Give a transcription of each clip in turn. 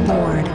Billboard.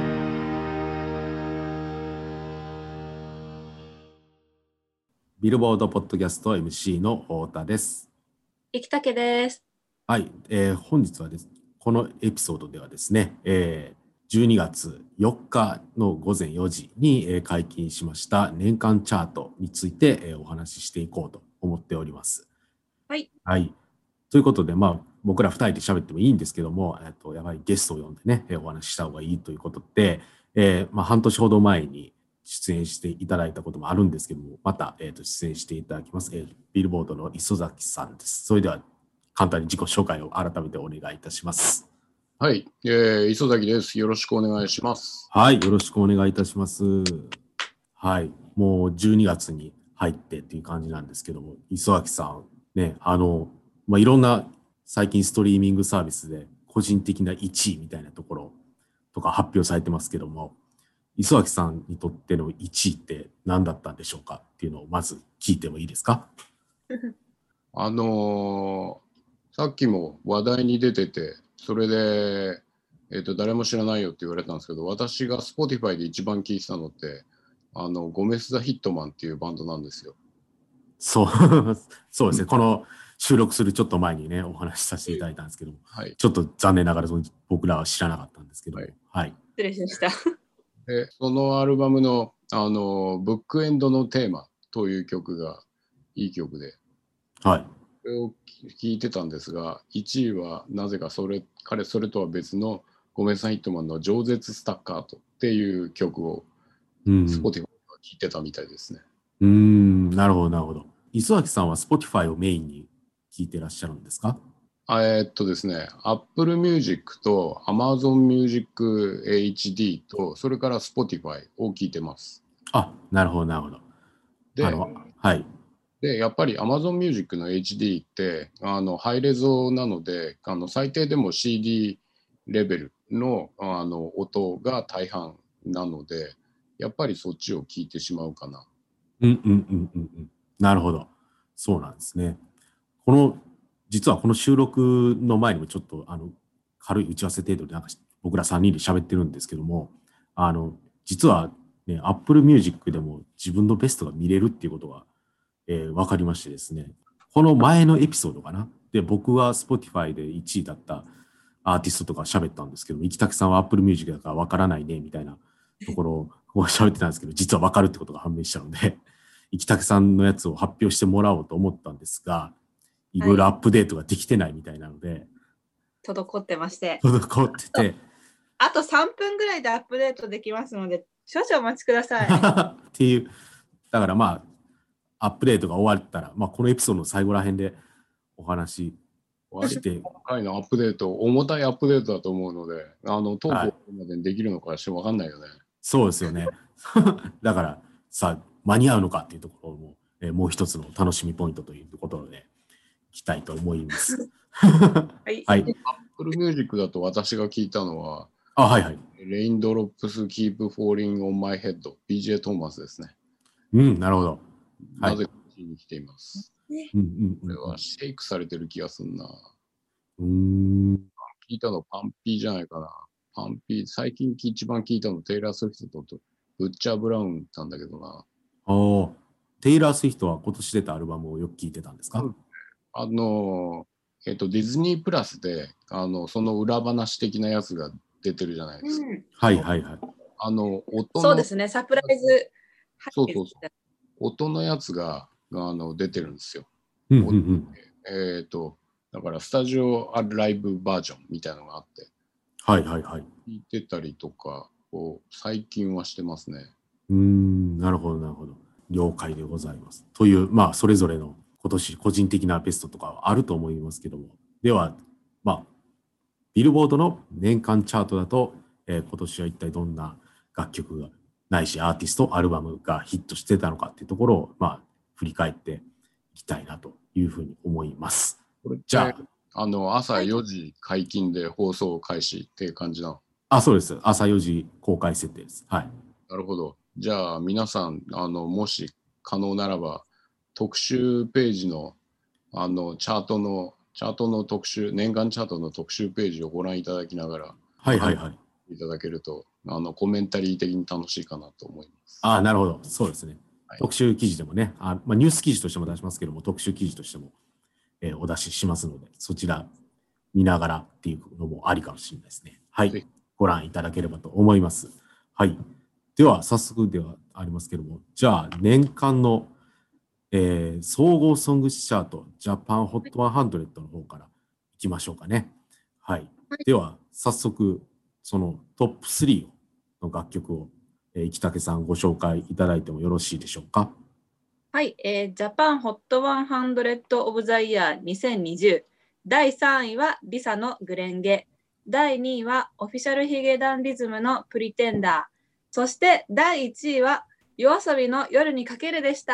ビルボードポッドキャスト MC の太田です。 生竹です。 はい、本日はですね、このエピソードではですね、12月4日の午前4時に解禁しました年間チャートについてお話ししていこうと思っております。 はい。 はい。ということで、僕ら2人で喋ってもいいんですけども、やはりゲストを呼んでね、お話しした方がいいということで、半年ほど前に出演していただいたこともあるんですけども、また、出演していただきます、ビルボードの磯崎さんです。それでは、簡単に自己紹介を改めてお願いいたします。 はい、磯崎です。よろしくお願いします。 はい、よろしくお願いいたします。はい、もう12月に入ってっていう感じなんですけども、磯崎さん、ね、いろんな最近ストリーミングサービスで個人的な1位みたいなところとか発表されてますけども、磯崎さんにとっての1位って何だったんでしょうかっていうのをまず聞いてもいいですか？ さっきも話題に出てて、それで、誰も知らないよって言われたんですけど、私が Spotify で一番聴いてたのって、ゴメス・ザ・ヒットマンっていうバンドなんですよ。 そうそうですね。この収録するちょっと前にね、お話しさせていただいたんですけども、 はい、 ちょっと残念ながら僕らは知らなかったんですけども、はい。 失礼しました。 で、そのアルバムの、ブックエンドのテーマという曲がいい曲で、 はい。 それを聴いてたんですが、1位はなぜかそれとは別のゴメス・ヒットマンの饒舌スタッカートっていう曲を Spotify で聴いてたみたいですね。 なるほど、なるほど。磯崎さんは Spotify をメインに聴いてらっしゃるんですか？ ですね、Apple Music と Amazon Music HD と、それから Spotify を聴いてます。 あ、なるほど、なるほど。 で、 はい。 でやっぱり Amazon Music の HD ってハイレゾなので、最低でも CD レベルの、音が大半なので、やっぱりそっちを聞いてしまうかな。 なるほど。そうなんですね。実はこの収録の前にもちょっと軽い打ち合わせ程度で僕ら3人で喋ってるんですけども、実はね、Apple Music でも自分のベストが見れるっていうことが分かりましてですね、この前のエピソードかな。で、僕は Spotify で1位だったアーティストとか喋ったんですけども、生竹さんは Apple Music だから分からないね、みたいなところを喋ってたんですけど、実は分かるってことが判明したので、生竹さんのやつを発表してもらおうと思ったんですが、いろいろアップデートができてないみたいなので、 滞ってまして。 滞ってて。 あと3分ぐらいでアップデートできますので、少々お待ちください。 っていう、だからアップデートが終わったら、このエピソードの最後ら辺でお話して。 重いのアップデート、重たいアップデートだと思うので、トークまでにできるのかして分かんないよね。 そうですよね。だからさ、間に合うのかっていうところも、もう一つの楽しみポイントということで、いきたいと思います。 はい。 はい。 Apple Music だと私が聞いたのは、 はいはい。 Raindrops Keep Falling on My Head、BJ トーマスですね。 なるほど。 なぜか聞きに来ています。これはシェイクされてる気がするな。聞いたのパンピーじゃないかな。パンピー、最近一番聞いたのテイラー・スウィフトとブッチャー・ブラウンなんだけどな。 テイラー・スウィフトは今年出たアルバムをよく聞いてたんですか？ ディズニープラスでその裏話的なやつが出てるじゃないですか。 はいはいはい。 そうですね、サプライズ。 そう。音のやつが出てるんですよ。だからスタジオライブバージョンみたいなのがあって、 はいはいはい。 聞いてたりとかを最近はしてますね。 なるほどなるほど。了解でございます。という、それぞれの今年個人的なベストとかはあると思いますけども、では、ビルボードの年間チャートだと、今年は一体どんな楽曲がないしアーティスト、アルバムがヒットしてたのかっていうところを、振り返っていきたいなというふうに思います。 じゃあ、朝4時解禁で放送開始っていう感じなの？ そうです。朝4時公開設定です。はい。 なるほど。じゃあ皆さんもし可能ならば特集ページのチャートの特集、年間チャートの特集ページをご覧いただきながら、 はいはいはい。 いただけると、コメンタリー的に楽しいかなと思います。 ああ、なるほど。そうですね。 はい、 特集記事でもね、ニュース記事としても出しますけども、特集記事としても、お出ししますので、そちら見ながらっていうのもありかもしれないですね。はい。ご覧いただければと思います。はい。では、早速ではありますけども、じゃあ、年間の、総合ソングチャート、ジャパン HOT100 の方からいきましょうかね。はい。では、早速、そのトップ3の楽曲を、生竹さんご紹介いただいてもよろしいでしょうか。 はい、ジャパン HOT100 オブザイヤー2020。第3位はリサのグレンゲ。第2位はオフィシャルヒゲダンディズムのプリテンダー。そして第1位はYOASOBIの夜にかけるでした。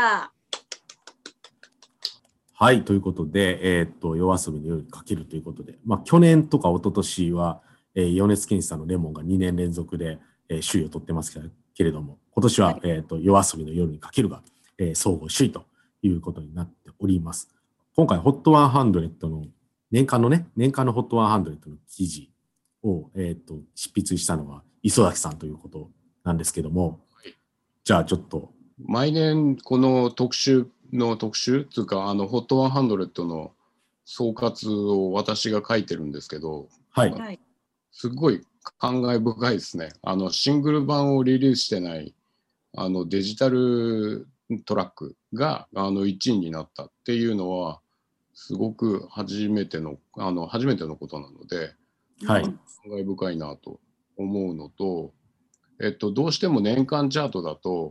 はい、ということで、YOASOBIの夜にかけるということで、去年とか一昨年は、米津玄師さんのレモンが2年連続で、首位を取ってますけれども、今年は、YOASOBIの夜にかけるが、総合首位ということになっております。今回 HOT100 の年間の HOT100 の記事を、執筆したのは磯崎さんということなんですけども、はい、じゃあちょっと毎年この特集っていうかHOT100 の総括を私が書いてるんですけど、 はい、 すごい感慨深いですね。シングル版をリリースしてないデジタルトラックが1位になったっていうのはすごく初めてのことなので、 はい、 感慨深いなと思うのと、どうしても年間チャートだと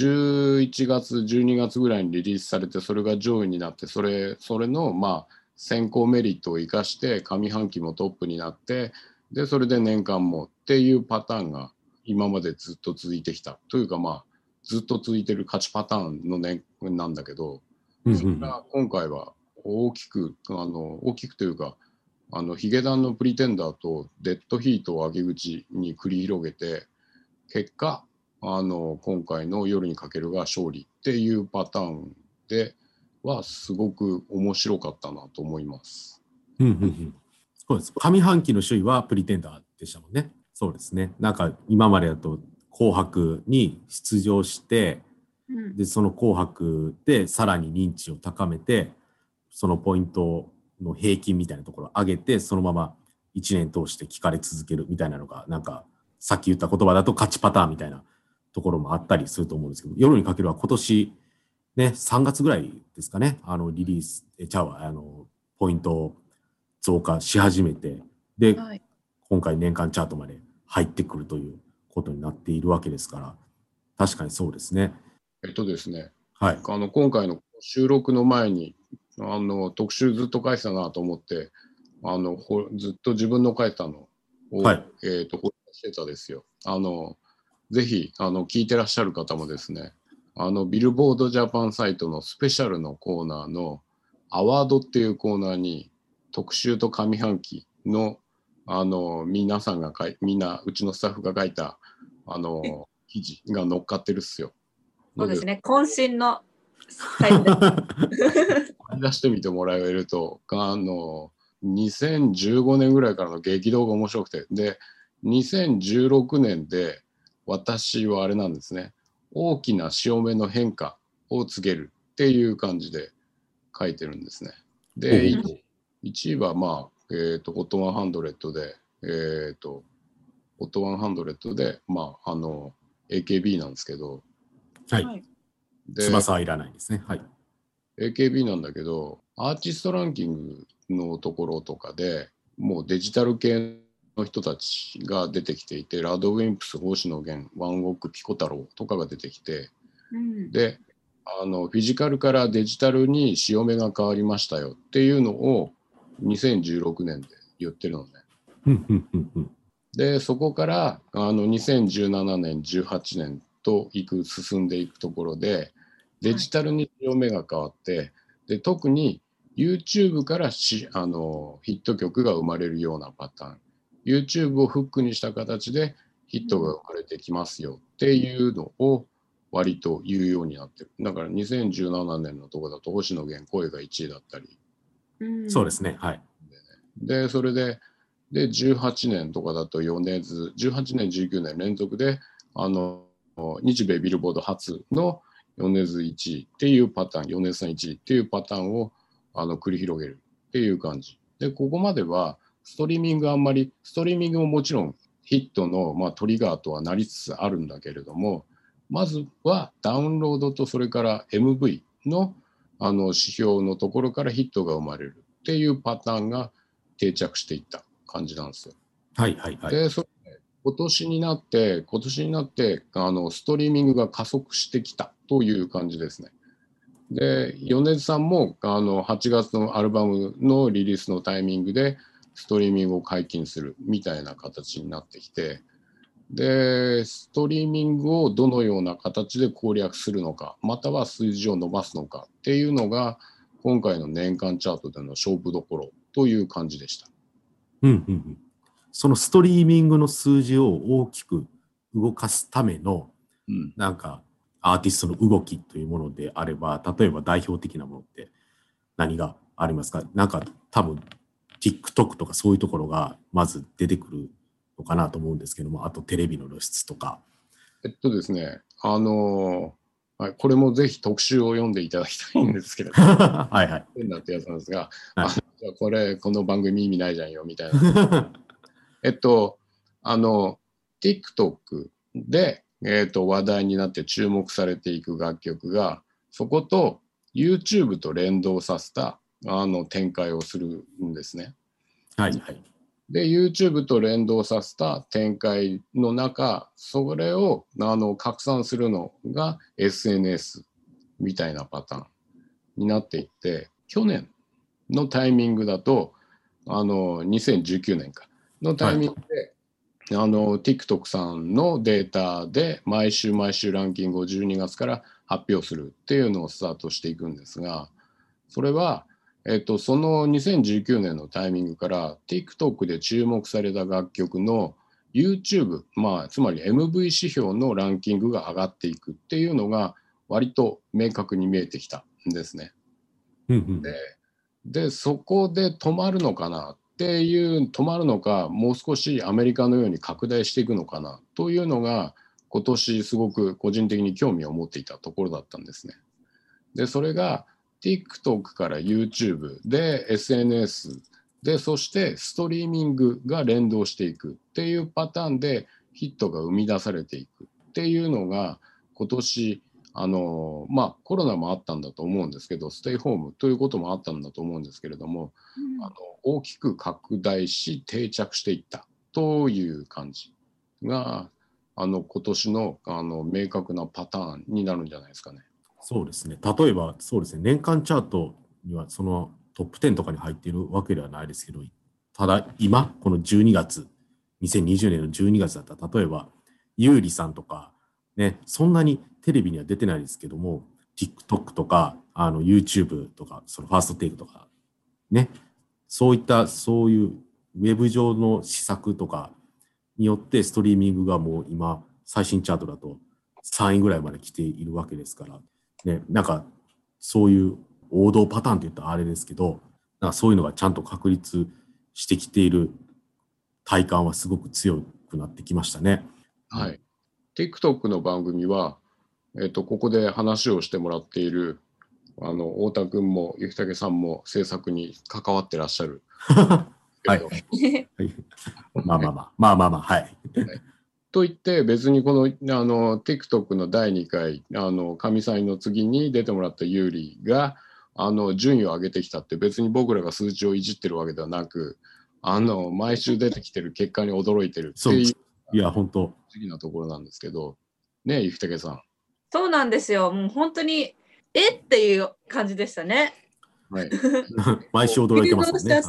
11月12月ぐらいにリリースされて、それが上位になって、それの先行メリットを生かして上半期もトップになって、でそれで年間もっていうパターンが今までずっと続いてきたというか、ずっと続いてる勝ちパターンの年なんだけど、それが今回は大きくというか、ヒゲダンのプリテンダーとデッドヒートを上げ口に繰り広げて、結果今回の夜にかけるが勝利っていうパターンではすごく面白かったなと思います。 そうです。上半期の首位はプリテンダーでしたもんね。そうですね。なんか今までだと紅白に出場して、でその紅白でさらに認知を高めて、そのポイントの平均みたいなところを上げて、そのまま1年通して聞かれ続けるみたいなのが、なんかさっき言った言葉だと勝ちパターンみたいなところもあったりすると思うんですけど、夜にかけるは今年ね、3月ぐらいですかね、リリース、ポイントを増加し始めて、で、はい、今回年間チャートまで入ってくるということになっているわけですから、確かにそうですね。 ですね、 はい、 今回の収録の前に特集ずっと書いてたなと思って、ずっと自分の書いたのを、はい、放り出してたですよ。ぜひ聞いてらっしゃる方もですね、ビルボードジャパンサイトのスペシャルのコーナーのアワードっていうコーナーに特集と上半期の皆さんがみんなうちのスタッフが書いた記事が乗っかってるっすよ。 そうですね、渾身のサイトで出してみてもらえると、2015年ぐらいからの激動が面白くて、で2016年で私はあれなんですね、大きな潮目の変化を告げるっていう感じで書いてるんですね。で、1位はHOT100 で、HOT100 で、AKB なんですけど、 はい。翼はいらないですね。はい。 AKB なんだけど、アーティストランキングのところとかでもうデジタル系の人たちが出てきていて、ラドウィンプス、星野源、ワンオク、ピコ太郎とかが出てきて、でフィジカルからデジタルに潮目が変わりましたよっていうのを2016年で言ってるのね。でそこから2017年18年と進んでいくところでデジタルに潮目が変わって、で特に YouTube からヒット曲が生まれるようなパターン、 YouTube をフックにした形でヒットが生まれてきますよっていうのを割と言うようになってる。だから2017年のところだと星野源声が1位だったり、 そうですね、はい。 でそれでで、18年とかだと米津、18年、19年連続で、日米ビルボード初の米津1位っていうパターン、米津さん1位っていうパターンを繰り広げるっていう感じ。で、ここまでは、ストリーミングももちろんヒットの、トリガーとはなりつつあるんだけれども、まずはダウンロードとそれから MV の、指標のところからヒットが生まれるっていうパターンが定着していった感じなんですよ。 はいはいはい。 で、今年になってストリーミングが加速してきたという感じですね。で、米津さんも8月のアルバムのリリースのタイミングでストリーミングを解禁するみたいな形になってきて、で、ストリーミングをどのような形で攻略するのか、または数字を伸ばすのかっていうのが、今回の年間チャートでの勝負どころという感じでした。 そのストリーミングの数字を大きく動かすための、なんかアーティストの動きというものであれば、例えば代表的なものって何がありますか？なんか多分 TikTok とかそういうところがまず出てくるのかなと思うんですけども、あとテレビの露出とか。 ですね、これもぜひ特集を読んでいただきたいんですけれどはいはい。 変なってやつなんですが、 はい、 この番組意味ないじゃんよみたいな。TikTok で、話題になって注目されていく楽曲が、そこと YouTube と連動させた展開をするんですね。 はいはい。 で、YouTube と連動させた展開の中、それを拡散するのが SNS みたいなパターンになっていって、去年のタイミングだと、2019年かのタイミングで、TikTok さんのデータで毎週ランキングを12月から発表するっていうのをスタートしていくんですが、それは、その2019年のタイミングから TikTok で注目された楽曲の YouTube、つまり MV 指標のランキングが上がっていくっていうのが割と明確に見えてきたんですね。で、そこで止まるのかなっていう、止まるのか、もう少しアメリカのように拡大していくのかなというのが、今年すごく個人的に興味を持っていたところだったんですね。で、それが TikTok から YouTube で SNS で、そしてストリーミングが連動していくっていうパターンでヒットが生み出されていくっていうのが、今年コロナもあったんだと思うんですけど、ステイホームということもあったんだと思うんですけれども、大きく拡大し定着していったという感じが今年の明確なパターンになるんじゃないですかね。 そうですね。例えばそうですね、年間チャートにはそのトップ10とかに入っているわけではないですけど、ただ今この12月2020年の12月だったら、例えば優里さんとかね、そんなにテレビには出てないですけども、TikTok とかYouTube とかそのファーストテイクとかね、そういうウェブ上の施策とかによってストリーミングがもう今最新チャートだと3位ぐらいまで来ているわけですから、ね、なんかそういう王道パターンって言ったらあれですけど、なんかそういうのがちゃんと確立してきている体感はすごく強くなってきましたね。 はい。TikTok の番組は、ここで話をしてもらっている太田君もゆきたけさんも制作に関わってらっしゃる。 はい。まあ、はい。 と言って別にこのTikTok の第2回神祭の次に出てもらったユーリが順位を上げてきたって別に僕らが数値をいじってるわけではなく毎週出てきてる結果に驚いてるっていう、 いや本当不思議なところなんですけどね、ゆきたけさん。 そうなんですよ。もう本当にっていう感じでしたね。 はい。 毎週驚いてますもんね。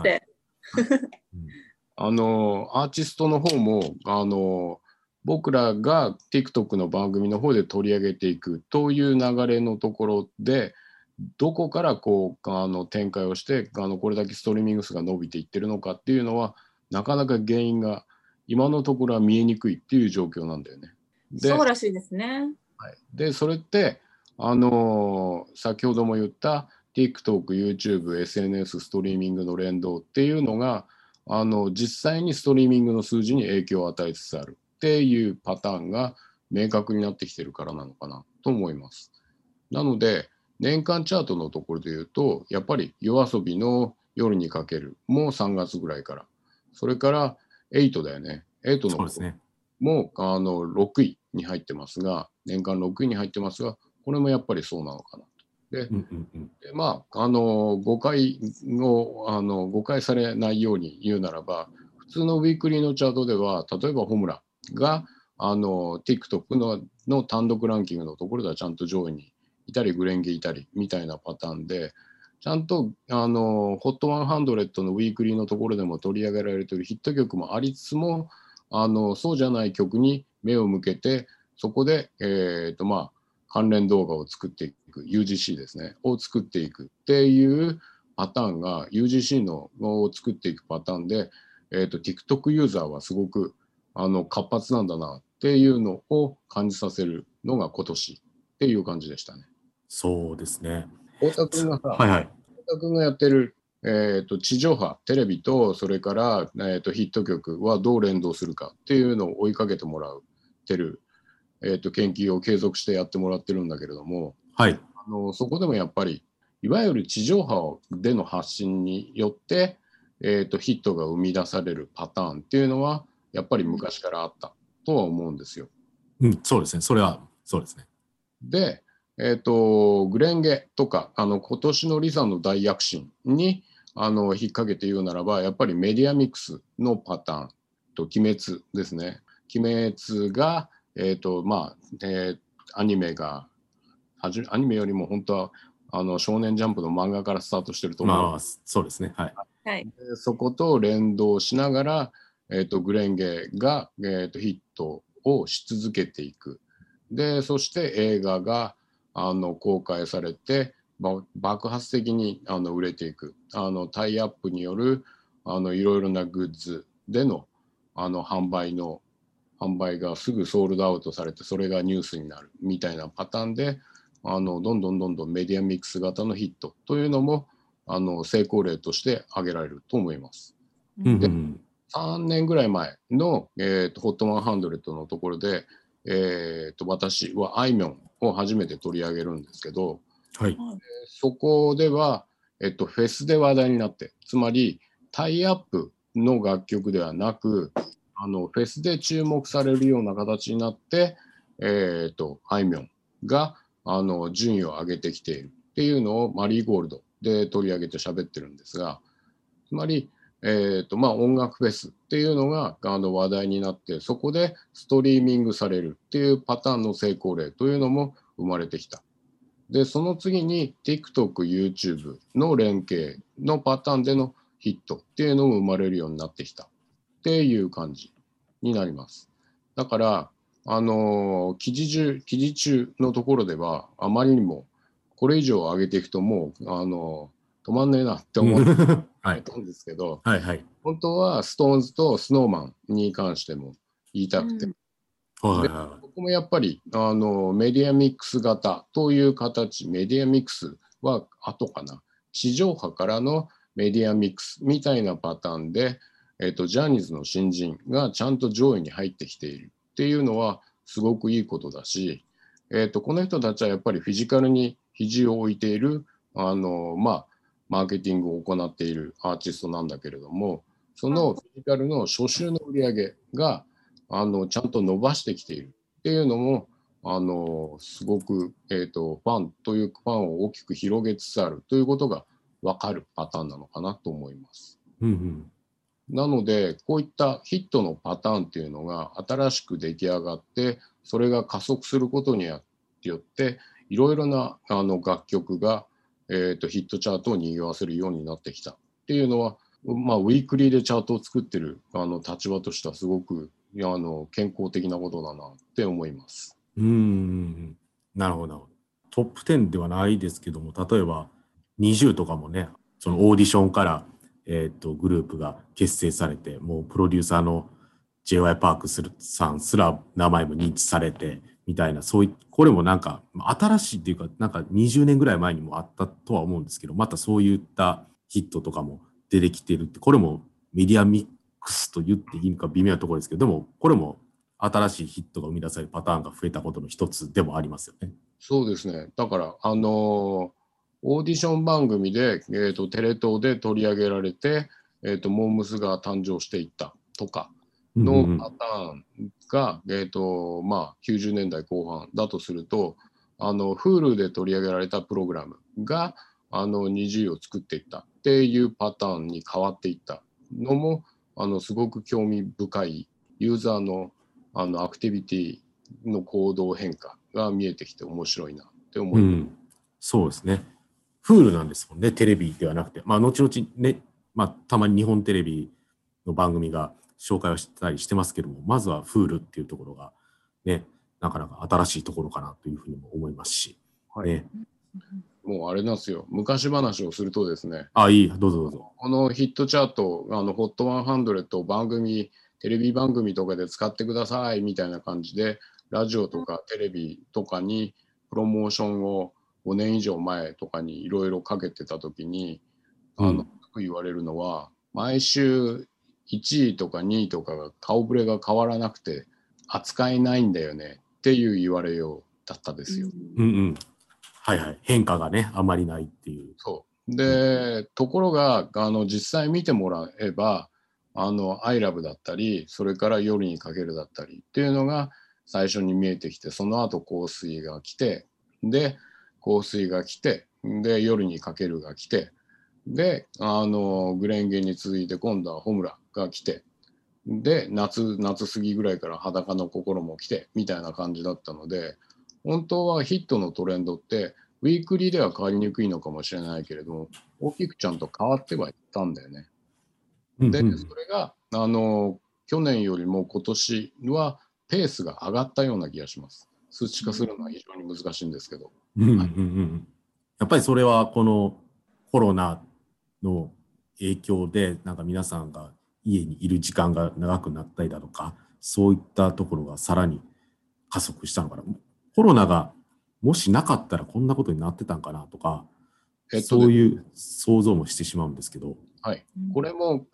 アーティストの方も僕らが TikTok の番組の方で取り上げていくという流れのところでどこからこう展開をしてこれだけストリーミング数が伸びていってるのかっていうのはなかなか原因が今のところは見えにくいっていう状況なんだよね。 そうらしいですね。 はい、でそれって先ほども言った TikTok、YouTube、SNS、ストリーミングの連動っていうのが実際にストリーミングの数字に影響を与えつつあるっていうパターンが明確になってきてるからなのかなと思います。なので、年間チャートのところで言うと、やっぱり夜遊びの夜にかけるもう3月ぐらいから、それから8だよね。8のそうですね。 も6位に入ってますが、年間6位に入ってますが、これもやっぱりそうなのかなと。で、誤解されないように言うならば、普通のウィークリーのチャートでは、例えばホムラがTikTok の単独ランキングのところではちゃんと上位にいたり、グレンゲいたりみたいなパターンで、ちゃんとHOT100 のウィークリーのところでも取り上げられているヒット曲もありつつも、そうじゃない曲に目を向けて、そこで、関連動画を作っていく、UGC ですね、を作っていくっていうパターンが、UGC のを作っていくパターンで、TikTok ユーザーはすごく活発なんだなっていうのを感じさせるのが今年っていう感じでしたね。 そうですね。 太田君がはいはい。 太田君がやってる、地上波、テレビと、それから、ヒット曲はどう連動するかっていうのを追いかけてもらってる、研究を継続してやってもらってるんだけれども、 はい、 そこでもやっぱり、いわゆる地上波での発信によって、ヒットが生み出されるパターンっていうのは、やっぱり昔からあったとは思うんですよ。 うん、そうですね。それはそうですね。 で、グレンゲとか今年のリサの大躍進に引っ掛けて言うならば、やっぱりメディアミックスのパターンと鬼滅ですね。鬼滅が、アニメよりも本当は少年ジャンプの漫画からスタートしてると思う。 まあ、そうですね。はい。 でそこと連動しながら、グレンゲが、ヒットをし続けていく。で、そして映画が公開されて、爆発的に売れていく。タイアップによるいろいろなグッズでの販売がすぐソールドアウトされて、それがニュースになるみたいなパターンで、どんどんメディアミックス型のヒットというのも成功例として挙げられると思います。で、3年ぐらい前の、HOT100 のところで、私はあいみょんを初めて取り上げるんですけど、 はい、 そこでは、フェスで話題になって、つまりタイアップの楽曲ではなく、フェスで注目されるような形になって、あいみょんが順位を上げてきているっていうのをマリーゴールドで取り上げて喋ってるんですが、つまり、音楽フェスっていうのが話題になって、そこでストリーミングされるっていうパターンの成功例というのも生まれてきた。で、その次に TikTok、YouTube の連携のパターンでのヒットっていうのも生まれるようになってきたっていう感じになります。だから、記事中のところでは、あまりにもこれ以上上げていくともう、止まんねえなって思ったんですけど、 はいはい、 本当は SixTONES と SnowMan に関しても言いたくて、ここもやっぱりメディアミックス型という形、メディアミックスは後かな、地上波からのメディアミックスみたいなパターンで、ジャニーズの新人がちゃんと上位に入ってきているっていうのはすごくいいことだし、この人たちはやっぱりフィジカルに肘を置いているマーケティングを行っているアーティストなんだけれども、そのフィジカルの初週の売り上げがちゃんと伸ばしてきているっていうのもすごく、ファンを大きく広げつつあるということが分かるパターンなのかなと思います。なので、こういったヒットのパターンっていうのが新しく出来上がって、それが加速することによって、いろいろな楽曲がヒットチャートを賑わせるようになってきたっていうのは、ウィークリーでチャートを作ってる立場としてはすごく健康的なことだなって思います。 なるほど。トップ10ではないですけども、例えば20とかもね、そのオーディションから、グループが結成されて、もうプロデューサーの J.Y. パークさんすら名前も認知されて、みたいな、これもなんか、新しいっていうか、なんか20年ぐらい前にもあったとは思うんですけど、またそういったヒットとかも出てきてるって、これもメディアミックスと言っていいのか微妙なところですけど、でもこれも新しいヒットが生み出されるパターンが増えたことの一つでもありますよね。 そうですね。だから、オーディション番組で、テレ東で取り上げられて、モームスが誕生していったとかのパターンが、まあ、90年代後半だとすると、Hulu で取り上げられたプログラムが、20を作っていったっていうパターンに変わっていったのも、すごく興味深いユーザーの、アクティビティの行動変化が見えてきて面白いなって思います。 そうですね。Hulu なんですもんね、テレビではなくて。まあ、後々ね、まあ、たまに日本テレビの番組が紹介をしたりしてますけども、まずは Hulu っていうところが、ね、なかなか新しいところかなというふうにも思いますし。 はいね、 もうあれなんですよ、昔話をするとですね、 いい、どうぞどうぞ。 このヒットチャート、HOT100 番組、テレビ番組とかで使ってくださいみたいな感じで、ラジオとかテレビとかにプロモーションを5年以上前とかにいろいろかけてたときに、よく言われるのは、毎週1位とか2位とかが顔ぶれが変わらなくて扱えないんだよねっていう言われようだったですよ。 はいはい。変化がね、あまりないっていう。 そうで、ところが実際見てもらえばiLove だったり、それから夜にかけるだったりっていうのが最初に見えてきて、その後香水が来て、で香水が来て、で夜にかけるが来て、でグレンゲに続いて今度はホムラが来て、で夏過ぎぐらいから裸の心も来てみたいな感じだったので、本当はヒットのトレンドってウィークリーでは変わりにくいのかもしれないけれども、大きくちゃんと変わってはいったんだよね。で、それが去年よりも今年はペースが上がったような気がします。数値化するのは非常に難しいんですけど。 やっぱりそれはこのコロナの影響で、なんか皆さんが家にいる時間が長くなったりだとか、そういったところがさらに加速したのかな。コロナがもしなかったらこんなことになってたんかなとか、そういう想像もしてしまうんですけど。 はい、これも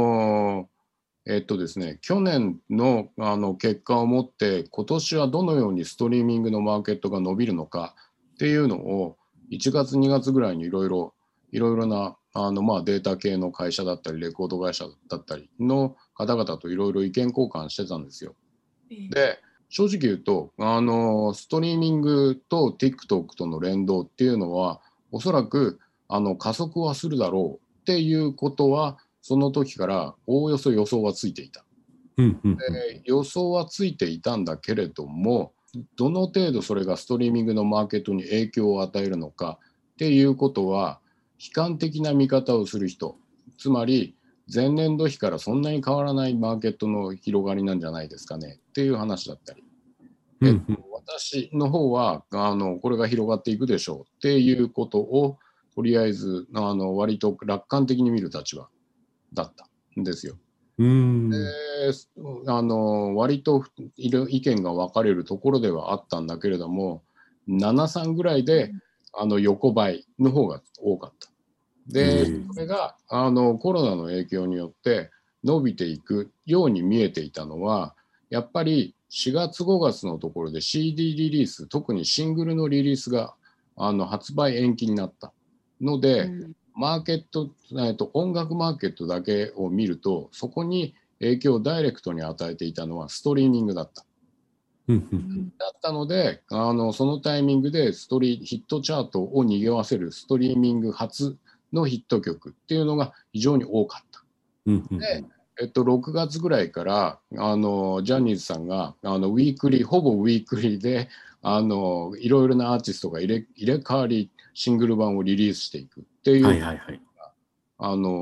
ですね、去年の結果をもって今年はどのようにストリーミングのマーケットが伸びるのかっていうのを1月2月ぐらいにいろいろなデータ系の会社だったりレコード会社だったりの方々といろいろ意見交換してたんですよ。で、正直言うとストリーミングと TikTok との連動っていうのはおそらく加速はするだろうっていうことはその時からおおよそ予想はついていた。予想はついていたんだけれども、どの程度それがストリーミングのマーケットに影響を与えるのかっていうことは悲観的な見方をする人、つまり前年度比からそんなに変わらないマーケットの広がりなんじゃないですかねっていう話だったり、私の方はこれが広がっていくでしょうっていうことをとりあえず割と楽観的に見る立場だったんですよ。割と意見が分かれるところではあったんだけれども、7、3ぐらいで横ばいの方が多かった。で、それがコロナの影響によって伸びていくように見えていたのは、やっぱり4月5月のところで CD リリース、特にシングルのリリースが発売延期になったので、マーケット、音楽マーケットだけを見ると、そこに影響をダイレクトに与えていたのはストリーミングだった。だったので、そのタイミングでヒットチャートを賑わせるストリーミング初のヒット曲っていうのが非常に多かった。で、6月ぐらいからジャニーズさんがほぼウィークリーでいろいろなアーティストが入れ替わりシングル版をリリースしていくっていう、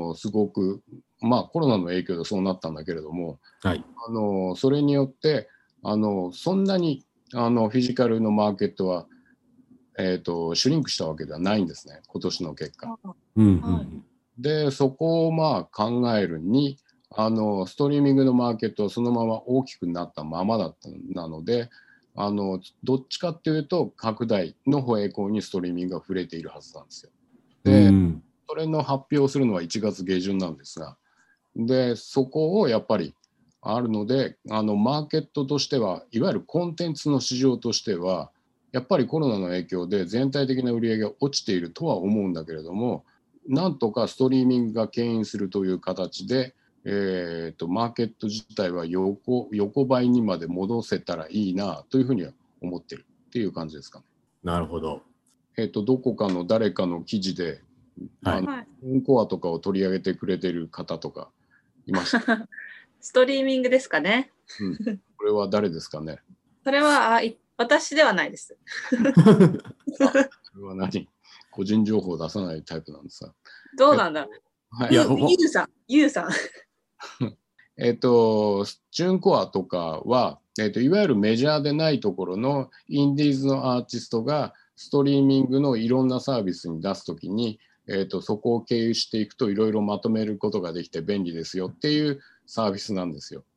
すごくコロナの影響でそうなったんだけれども、それによってそんなにフィジカルのマーケットは、シュリンクしたわけではないんですね、今年の結果。で、そこを考えるにストリーミングのマーケットはそのまま大きくなったままだったので、どっちかっていうと拡大の方向にストリーミングが触れているはずなんですよ。で、それの発表をするのは1月下旬なんですが、 で、そこをやっぱりあるので、マーケットとしては、いわゆるコンテンツの市場としては、やっぱりコロナの影響で全体的な売り上げが落ちているとは思うんだけれども、なんとかストリーミングが牽引するという形で、マーケット自体は横ばいにまで戻せたらいいなというふうには思ってるっていう感じですかね。 なるほど。 どこかの誰かの記事で、コアとかを取り上げてくれてる方とかいました。 ストリーミングですかね。 これは誰ですかね。 それは私ではないです。 それは何？個人情報を出さないタイプなんですか。 どうなんだろう。ユウさん。 純コアとかは、いわゆるメジャーでないところのインディーズのアーティストがストリーミングのいろんなサービスに出すときに、そこを経由していくといろいろまとめることができて便利ですよっていうサービスなんですよ。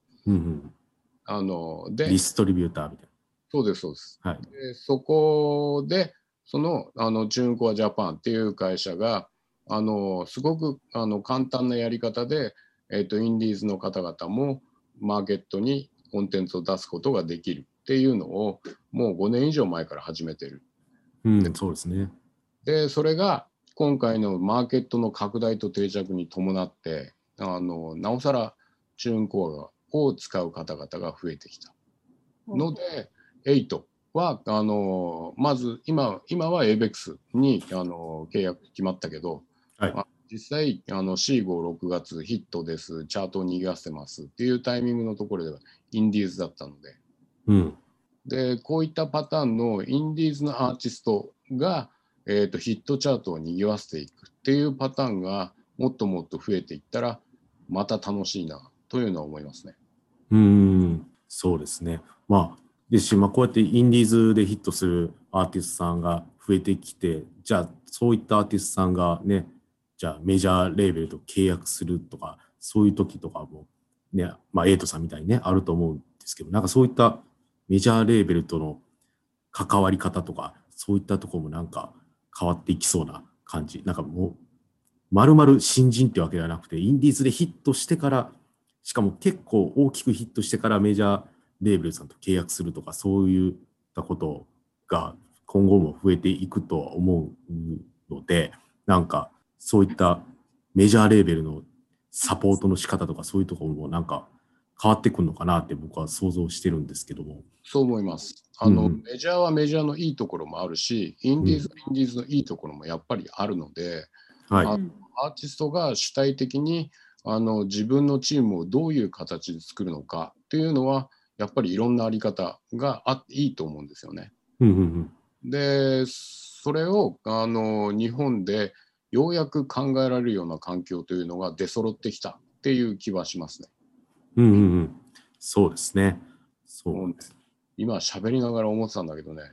でディストリビューターみたいな。 そうですそうです。 はい、 でそこで純コアジャパンっていう会社がすごく簡単なやり方で、インディーズの方々もマーケットにコンテンツを出すことができるっていうのをもう5年以上前から始めてる。 そうですね。 でそれが今回のマーケットの拡大と定着に伴ってなおさら純コアを使う方々が増えてきたので、8はまず今は ABEX に契約決まったけど、実際4、5、6月ヒットです、チャートを賑わせてますっていうタイミングのところではインディーズだったので、でこういったパターンのインディーズのアーティストが、ヒットチャートを賑わせていくっていうパターンがもっともっと増えていったらまた楽しいなというのは思いますね。 そうですね。ですし、こうやってインディーズでヒットするアーティストさんが増えてきて、じゃあそういったアーティストさんがね、じゃあメジャーレーベルと契約するとか、そういう時とかもね、エイトさんみたいにね、あると思うんですけど、なんかそういったメジャーレーベルとの関わり方とか、そういったところもなんか変わっていきそうな感じ。なんかもう、丸々新人ってわけではなくて、インディーズでヒットしてから、しかも結構大きくヒットしてからメジャーレーベルさんと契約するとか、そういったことが今後も増えていくとは思うので、なんかそういったメジャーレーベルのサポートの仕方とか、そういうところもなんか変わってくるのかなって僕は想像してるんですけども。 そう思います。メジャーはメジャーのいいところもあるし、インディーズはインディーズのいいところもやっぱりあるので、アーティストが主体的に自分のチームをどういう形で作るのかっていうのはやっぱりいろんなあり方があっていいと思うんですよね。でそれを日本でようやく考えられるような環境というのが出揃ってきたっていう気はしますね。 そうですね。 そうです。今喋りながら思ってたんだけどね、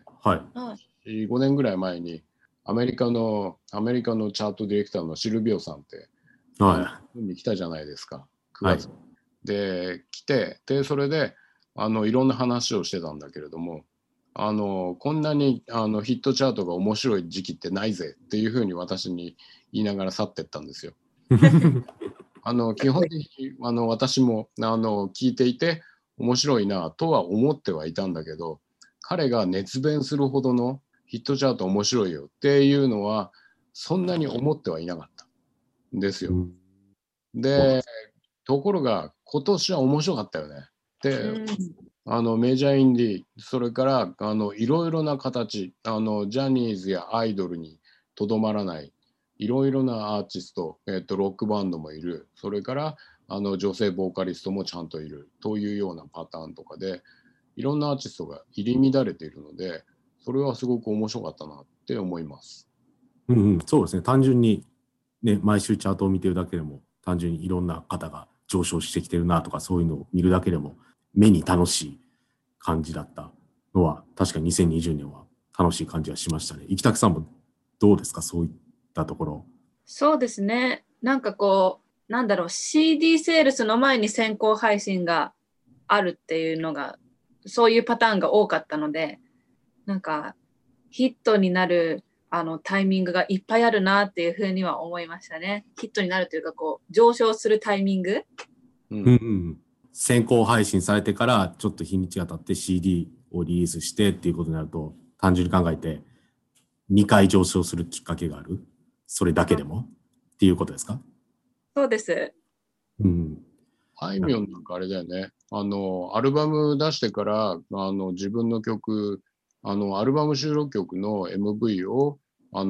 4、 5年ぐらい前にアメリカのチャートディレクターのシルビオさんって日本に来たじゃないですか、9月。で来て、でそれでいろんな話をしてたんだけれども、こんなにヒットチャートが面白い時期ってないぜっていうふうに私に言いながら去ってったんですよ。基本的に私も聞いていて面白いなとは思ってはいたんだけど、彼が熱弁するほどのヒットチャート面白いよっていうのはそんなに思ってはいなかったんですよ。でところが今年は面白かったよね。でメジャーインディー、それからいろいろな形、ジャニーズやアイドルにとどまらないいろいろなアーティスト、ロックバンドもいる、それから女性ボーカリストもちゃんといるというようなパターンとかで、いろんなアーティストが入り乱れているので、それはすごく面白かったなって思います。 そうですね。単純に、ね、毎週チャートを見てるだけでも、単純にいろんな方が上昇してきてるなとか、そういうのを見るだけでも、目に楽しい感じだったのは、確かに2020年は楽しい感じはしましたね。生田さんもどうですか、そういったところ。 そうですね。なんかこう、なんだろう、CD セールスの前に先行配信があるっていうのが、そういうパターンが多かったので、なんかヒットになるタイミングがいっぱいあるなっていうふうには思いましたね。ヒットになるというか、こう、上昇するタイミング。 先行配信されてからちょっと日にちが経って CD をリリースしてっていうことになると、単純に考えて2回上昇するきっかけがある。それだけでもっていうことですか？ そうです。 あいみょんなんかあれだよね。アルバム出してから、自分の曲、アルバム収録曲の MV を、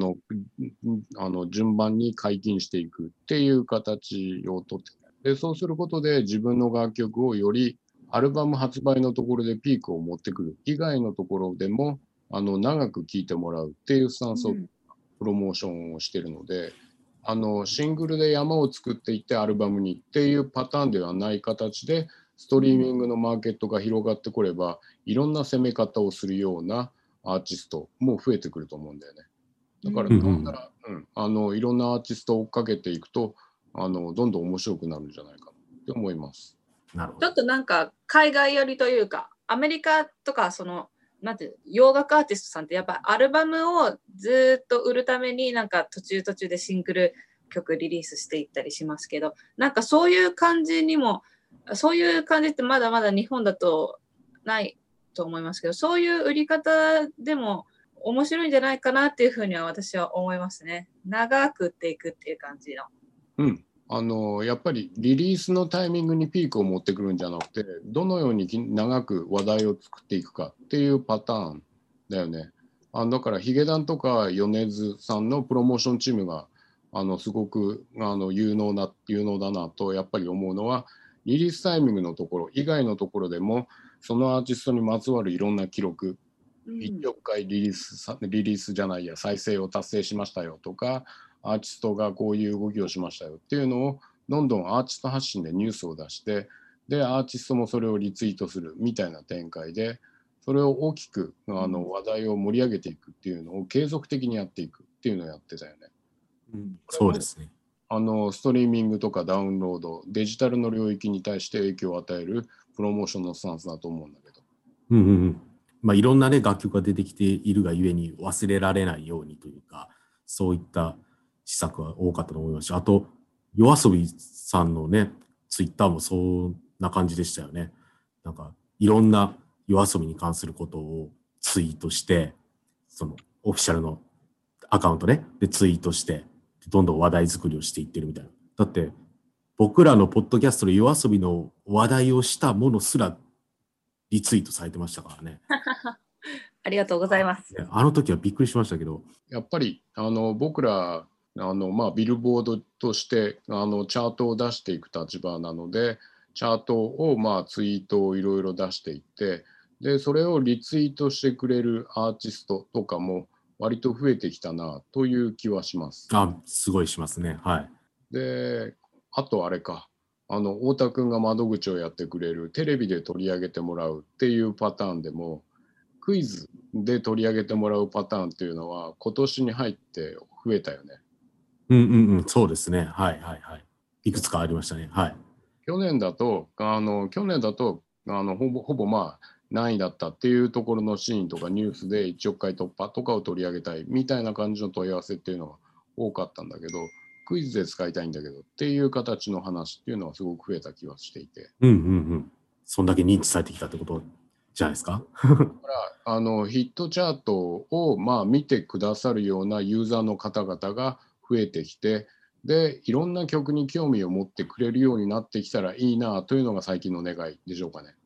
順番に解禁していくっていう形をとって、で、そうすることで自分の楽曲をよりアルバム発売のところでピークを持ってくる以外のところでも、長く聴いてもらうっていうスタンスをプロモーションをしているので、シングルで山を作っていってアルバムにっていうパターンではない形で、ストリーミングのマーケットが広がってこれば、いろんな攻め方をするようなアーティストも増えてくると思うんだよね。だから、いろんなアーティストを追っかけていくと、どんどん面白くなるんじゃないかなって思います。 なるほど。ちょっとなんか海外寄りというか、アメリカとかなんて洋楽アーティストさんってやっぱアルバムをずっと売るためになんか途中でシングル曲リリースしていったりしますけど、なんかそういう感じってまだまだ日本だとないと思いますけど、そういう売り方でも面白いんじゃないかなっていうふうには私は思いますね。長く売っていくっていう感じの。 やっぱりリリースのタイミングにピークを持ってくるんじゃなくて、どのように長く話題を作っていくかっていうパターンだよね。だからヒゲダンとか米津さんのプロモーションチームがすごく有能だなとやっぱり思うのは、リリースタイミングのところ以外のところでもそのアーティストにまつわるいろんな記録、1億回リリースじゃないや再生を達成しましたよとか、アーティストがこういう動きをしましたよっていうのをどんどんアーティスト発信でニュースを出して、でアーティストもそれをリツイートするみたいな展開で、それを大きく話題を盛り上げていくっていうのを継続的にやっていくっていうのをやってたよね。 そうですね。 ストリーミングとかダウンロード、デジタルの領域に対して影響を与えるプロモーションのスタンスだと思うんだけど。 いろんなね、楽曲が出てきているがゆえに忘れられないようにというか、そういった施策は多かったと思いますし、あと、YOASOBIさんのね、ツイッターもそんな感じでしたよね。なんか、いろんなYOASOBIに関することをツイートして、そのオフィシャルのアカウントね、でツイートして、どんどん話題作りをしていってるみたいな。だって、僕らのポッドキャストでYOASOBIの話題をしたものすらリツイートされてましたからね。 ありがとうございます。 あの時はびっくりしましたけど。 やっぱり僕らビルボードとしてチャートを出していく立場なので、チャートをツイートをいろいろ出していって、でそれをリツイートしてくれるアーティストとかも割と増えてきたなという気はします。 すごいしますね。はい。 で、あとあれか、太田君が窓口をやってくれるテレビで取り上げてもらうっていうパターンでも、クイズで取り上げてもらうパターンっていうのは今年に入って増えたよね。 そうですね。はいはいはい。いくつかありましたね。はい。 去年だとほぼ何位だったっていうところのシーンとかニュースで1億回突破とかを取り上げたいみたいな感じの問い合わせっていうのが多かったんだけど、クイズで使いたいんだけどっていう形の話っていうのはすごく増えた気はしていて。 そんだけ認知されてきたってことじゃないですか。 だからヒットチャートを見てくださるようなユーザーの方々が増えてきて、でいろんな曲に興味を持ってくれるようになってきたらいいなというのが最近の願いでしょうかね。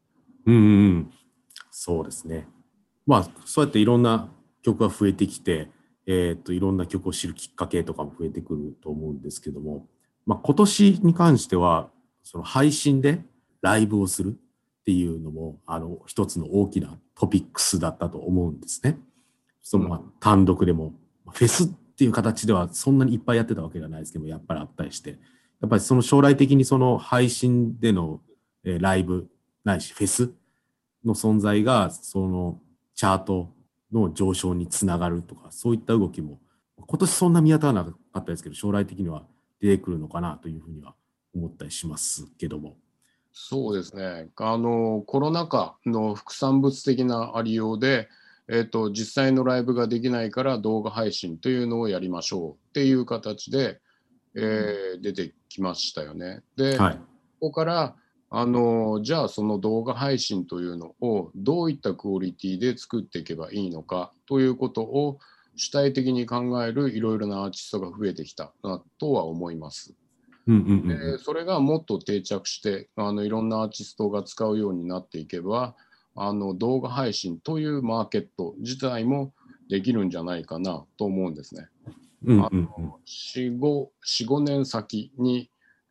そうですね。そうやっていろんな曲が増えてきて、いろんな曲を知るきっかけとかも増えてくると思うんですけども、今年に関してはその配信でライブをするっていうのも一つの大きなトピックスだったと思うんですね。単独でもフェスっていう形ではそんなにいっぱいやってたわけではないですけども、やっぱりあったりして、やっぱりその将来的にその配信でのライブないしフェスの存在がそのチャートの上昇につながるとか、そういった動きも今年そんな見当たらなかったですけど、将来的には出てくるのかなというふうには思ったりしますけども。 そうですね。コロナ禍の副産物的なありようで、 実際のライブができないから動画配信というのをやりましょうっていう形で、出てきましたよね。で、 はい。 ここからじゃあその動画配信というのをどういったクオリティで作っていけばいいのかということを主体的に考えるいろいろなアーティストが増えてきたなとは思います。それがもっと定着していろんなアーティストが使うようになっていけば動画配信というマーケット自体もできるんじゃないかなと思うんですね。4、5年先に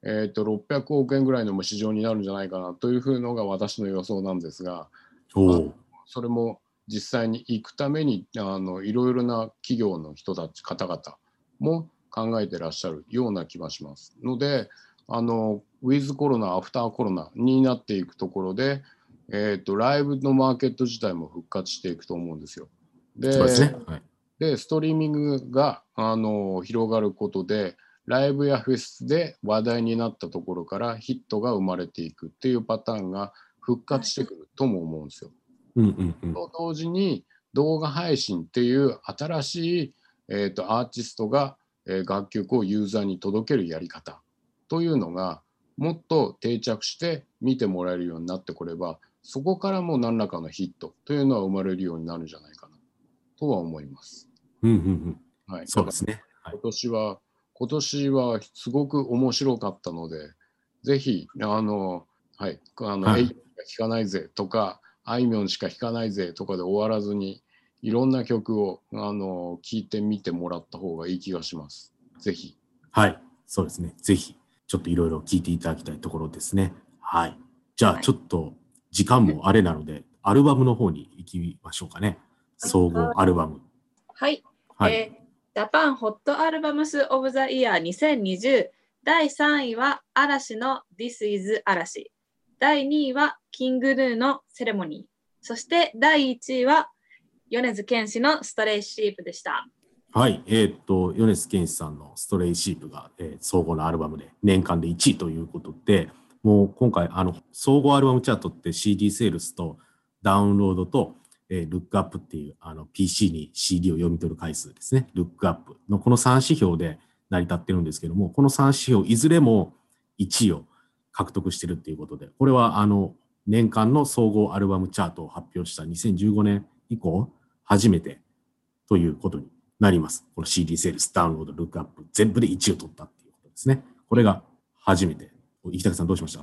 600億円ぐらいの市場になるんじゃないかなというふうのが私の予想なんですが、それも実際に行くためにいろいろな企業の人たち方々も考えてらっしゃるような気がしますのでウィズコロナアフターコロナになっていくところで、ライブのマーケット自体も復活していくと思うんですよ。でストリーミングが広がることでライブやフェスで話題になったところからヒットが生まれていくっていうパターンが復活してくるとも思うんですよ。と同時に動画配信っていう新しい、アーティストが、楽曲をユーザーに届けるやり方というのがもっと定着して見てもらえるようになってこればそこからも何らかのヒットというのは生まれるようになるんじゃないかなとは思います。 そうですね。 今年はすごく面白かったので、ぜひエイしか弾かないぜとか、あいみょんしか弾かないぜとかで終わらずに、いろんな曲を聴いてみてもらった方がいい気がします。ぜひ。 はい、そうですね。ぜひ、ちょっといろいろ聞いていただきたいところですね。はい。じゃあ、ちょっと時間もあれなので、アルバムの方に行きましょうかね。総合アルバム。 はい。ジャパンホットアルバムスオブザイヤー2020第3位は嵐の This is 嵐。第2位はキングヌーのセレモニー。そして第1位は米津玄師のストレイシープでした。 はい。米津玄師さんのストレイシープが、総合のアルバムで年間で1位ということで、もう今回、総合アルバムチャートって CD セールスとダウンロードとルックアップっていうPC に CD を読み取る回数ですね。ルックアップのこの3指標で成り立ってるんですけども、この3指標いずれも1位を獲得してるっていうことで、これは年間の総合アルバムチャートを発表した2015年以降初めてということになります。この CD セールス、ダウンロード、ルックアップ全部で1位を取ったっていうことですね。これが初めて。石竹さんどうしました？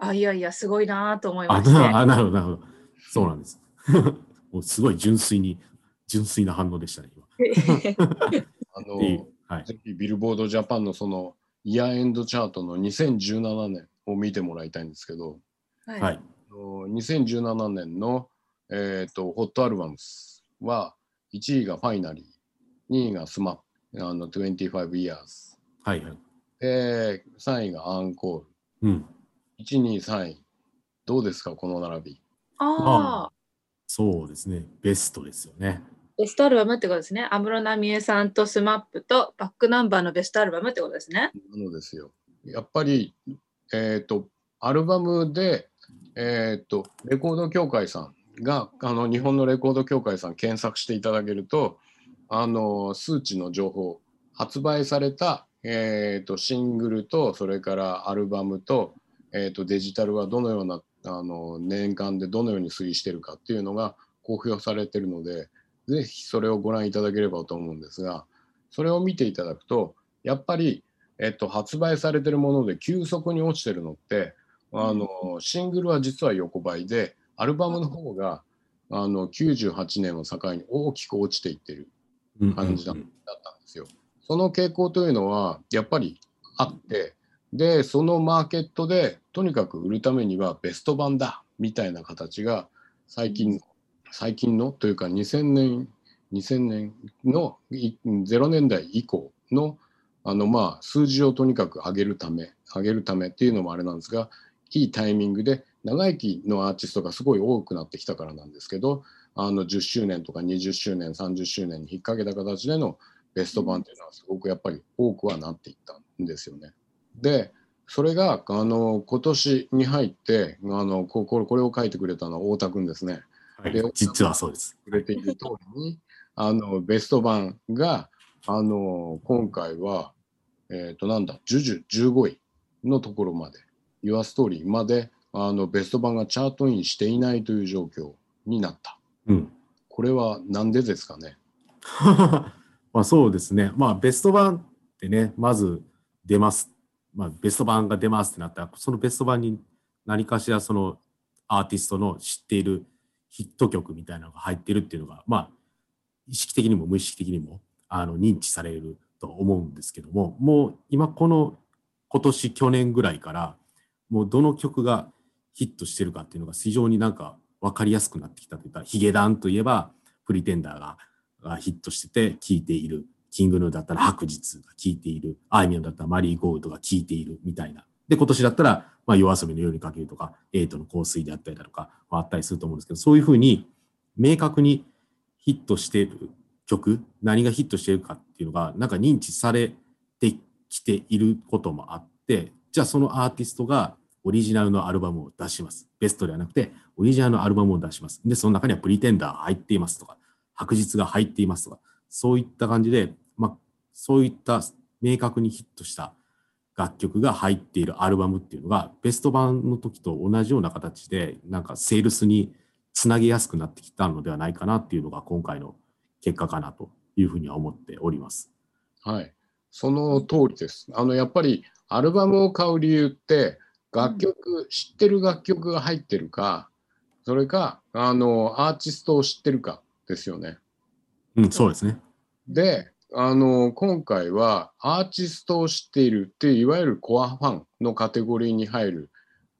いやすごいなと思いまして。 なるほど。そうなんです。もうすごい純粋な反応でしたね、 今。ぜひビルボードジャパンのそのイヤーエンドチャートの2017年を見てもらいたいんですけど、2017年の、ホットアルバムスは1位がファイナリー、2位がスマップ、25 years。で、3位がアンコール。1、2、3位。どうですか、この並び。 そうですね。ベストですよね。 ベストアルバムってことですね。安室奈美恵さんとスマップとバックナンバーのベストアルバムってことですね。 なのですよ。やっぱり、アルバムで、レコード協会さんが、日本のレコード協会さん検索していただけると、数値の情報、発売された、シングルと、それからアルバムと、デジタルはどのような年間でどのように推移しているかっていうのが公表されているので、ぜひそれをご覧いただければと思うんですが、それを見ていただくと、やっぱり、発売されているもので急速に落ちてるのって、シングルは実は横ばいで、アルバムの方が98年を境に大きく落ちていっている感じだったんですよ。その傾向というのはやっぱりあって、でそのマーケットでとにかく売るためにはベスト版だみたいな形が最近のというか2000年の0年代以降の数字をとにかく上げるためっていうのもあれなんですが、いいタイミングで長生きのアーティストがすごい多くなってきたからなんですけど、10周年とか20周年30周年に引っ掛けた形でのベスト版っていうのはすごくやっぱり多くはなっていったんですよね。でそれが今年に入ってこれを書いてくれたのは太田君ですね。 はいで、 実はそうです。 触れている通りに、ベスト版が、今回は、なんだ、ジュジュ15位のところまで、Your Story まで、ベスト版がチャートインしていないという状況になった。 うん。 これはなんでですかね。 まあそうですね。まあベスト版ってね、まず出ます。まあベスト版が出ますってなったら、そのベスト版に何かしらそのアーティストの知っているヒット曲みたいなのが入ってるっていうのが、まあ意識的にも無意識的にも認知されると思うんですけども、もう今今年去年ぐらいからもうどの曲がヒットしてるかっていうのが非常になんか分かりやすくなってきたというか、ヒゲダンといえばプリテンダーがヒットしてて聴いている、キングヌーだったら白日が聴いている、あいみょんだったらマリーゴールドが聴いているみたいな。で、今年だったら、まあ、夜遊びの夜にかけるとか、エイトの香水であったりだとか、あったりすると思うんですけど、そういうふうに明確にヒットしている曲、何がヒットしているかっていうのが、なんか認知されてきていることもあって、じゃあそのアーティストがオリジナルのアルバムを出します。ベストではなくて、オリジナルのアルバムを出します。で、その中にはプリテンダーが入っていますとか、白日が入っていますとか、そういった感じで、まあ、そういった明確にヒットした楽曲が入っているアルバムっていうのが、ベスト版の時と同じような形で、なんかセールスにつなげやすくなってきたのではないかなっていうのが今回の結果かなというふうには思っております。 はい。その通りです。やっぱりアルバムを買う理由って、知ってる楽曲が入ってるか、それか、アーティストを知ってるかですよね。 うん、そうですね。 で、今回はアーティストを知っているっていう、いわゆるコアファンのカテゴリーに入る、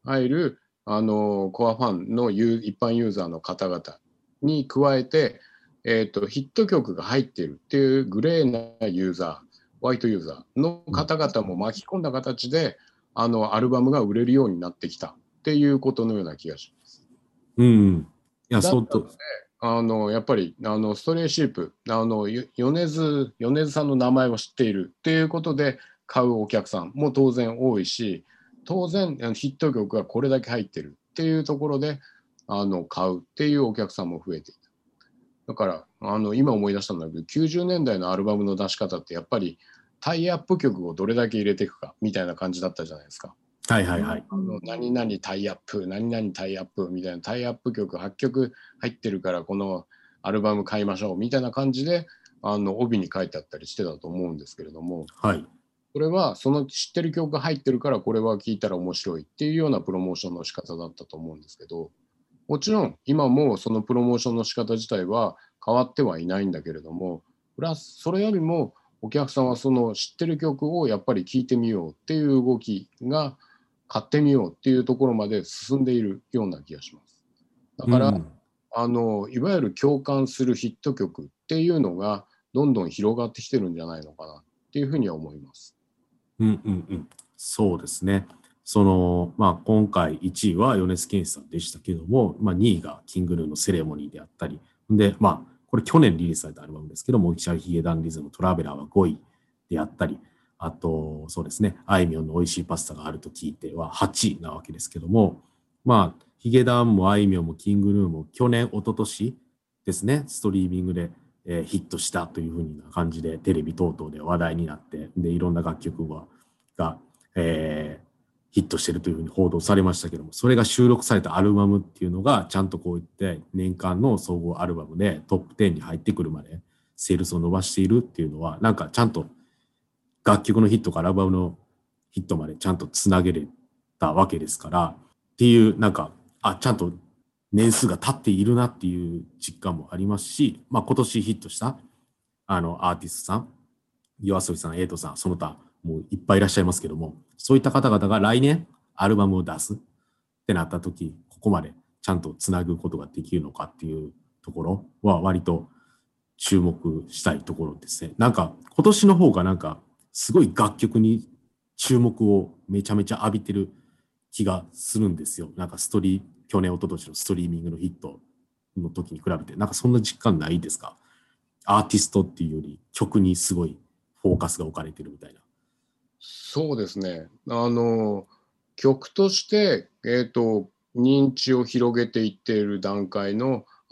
コアファンの一般ユーザーの方々に加えて、ヒット曲が入っているっていうグレーなユーザー、ホワイトユーザーの方々も巻き込んだ形で、アルバムが売れるようになってきたっていうことのような気がします。 うん。いや、 だそうと。 やっぱりストレイシープ米津さんの名前を知っているっていうことで買うお客さんも当然多いし、当然ヒット曲がこれだけ入ってるっていうところで買うっていうお客さんも増えていた。だから今思い出したんだけど、90年代のアルバムの出し方ってやっぱりタイアップ曲をどれだけ入れていくかみたいな感じだったじゃないですか。 はいはいはい。 何々タイアップ、何々タイアップみたいな、タイアップ曲8曲入ってるからこのアルバム買いましょうみたいな感じで帯に書いてあったりしてたと思うんですけれども、 はい。 それはその知ってる曲が入ってるからこれは聴いたら面白いっていうようなプロモーションの仕方だったと思うんですけど、もちろん今もそのプロモーションの仕方自体は変わってはいないんだけれども、プラスそれよりもお客さんはその知ってる曲をやっぱり聴いてみようっていう動きが、買ってみようっていうところまで進んでいるような気がします。だから、いわゆる共感するヒット曲っていうのがどんどん広がってきてるんじゃないのかなっていうふうには思います。 そうですね。まあ、今回1位は米津玄師さんでしたけども、まあ、2位がキングヌーのセレモニーであったり、で、まあ、これ去年リリースされたアルバムですけども、オフィシャルヒゲダンディズムトラベラーは5位であったり、あと、そうですね、あいみょんの美味しいパスタがあると聞いては8位なわけですけども、まあ、ヒゲダンもあいみょんもキングヌーも去年、一昨年ですね、ストリーミングで、ヒットしたというふうな感じで、テレビ等々で話題になって、で、いろんな楽曲が、ヒットしてるというふうに報道されましたけども、それが収録されたアルバムっていうのが、ちゃんとこういって年間の総合アルバムでトップ10に入ってくるまで、セールスを伸ばしているっていうのは、なんかちゃんと楽曲のヒットからアルバムのヒットまでちゃんとつなげれたわけですから、っていう、なんか、ちゃんと年数が経っているなっていう実感もありますし、まあ今年ヒットしたアーティストさん、YOASOBIさん、エイトさん、その他、もういっぱいいらっしゃいますけども、そういった方々が来年アルバムを出すってなった時、ここまでちゃんとつなぐことができるのかっていうところは割と注目したいところですね。なんか今年の方がなんかすごい楽曲に注目をめちゃめちゃ浴びてる気がするんですよ。なんか去年、一昨年のストリーミングのヒットの時に比べて、なんかそんな実感ないですか？アーティストっていうより曲にすごいフォーカスが置かれてるみたいな。 そうですね。曲として、認知を広げていっている段階の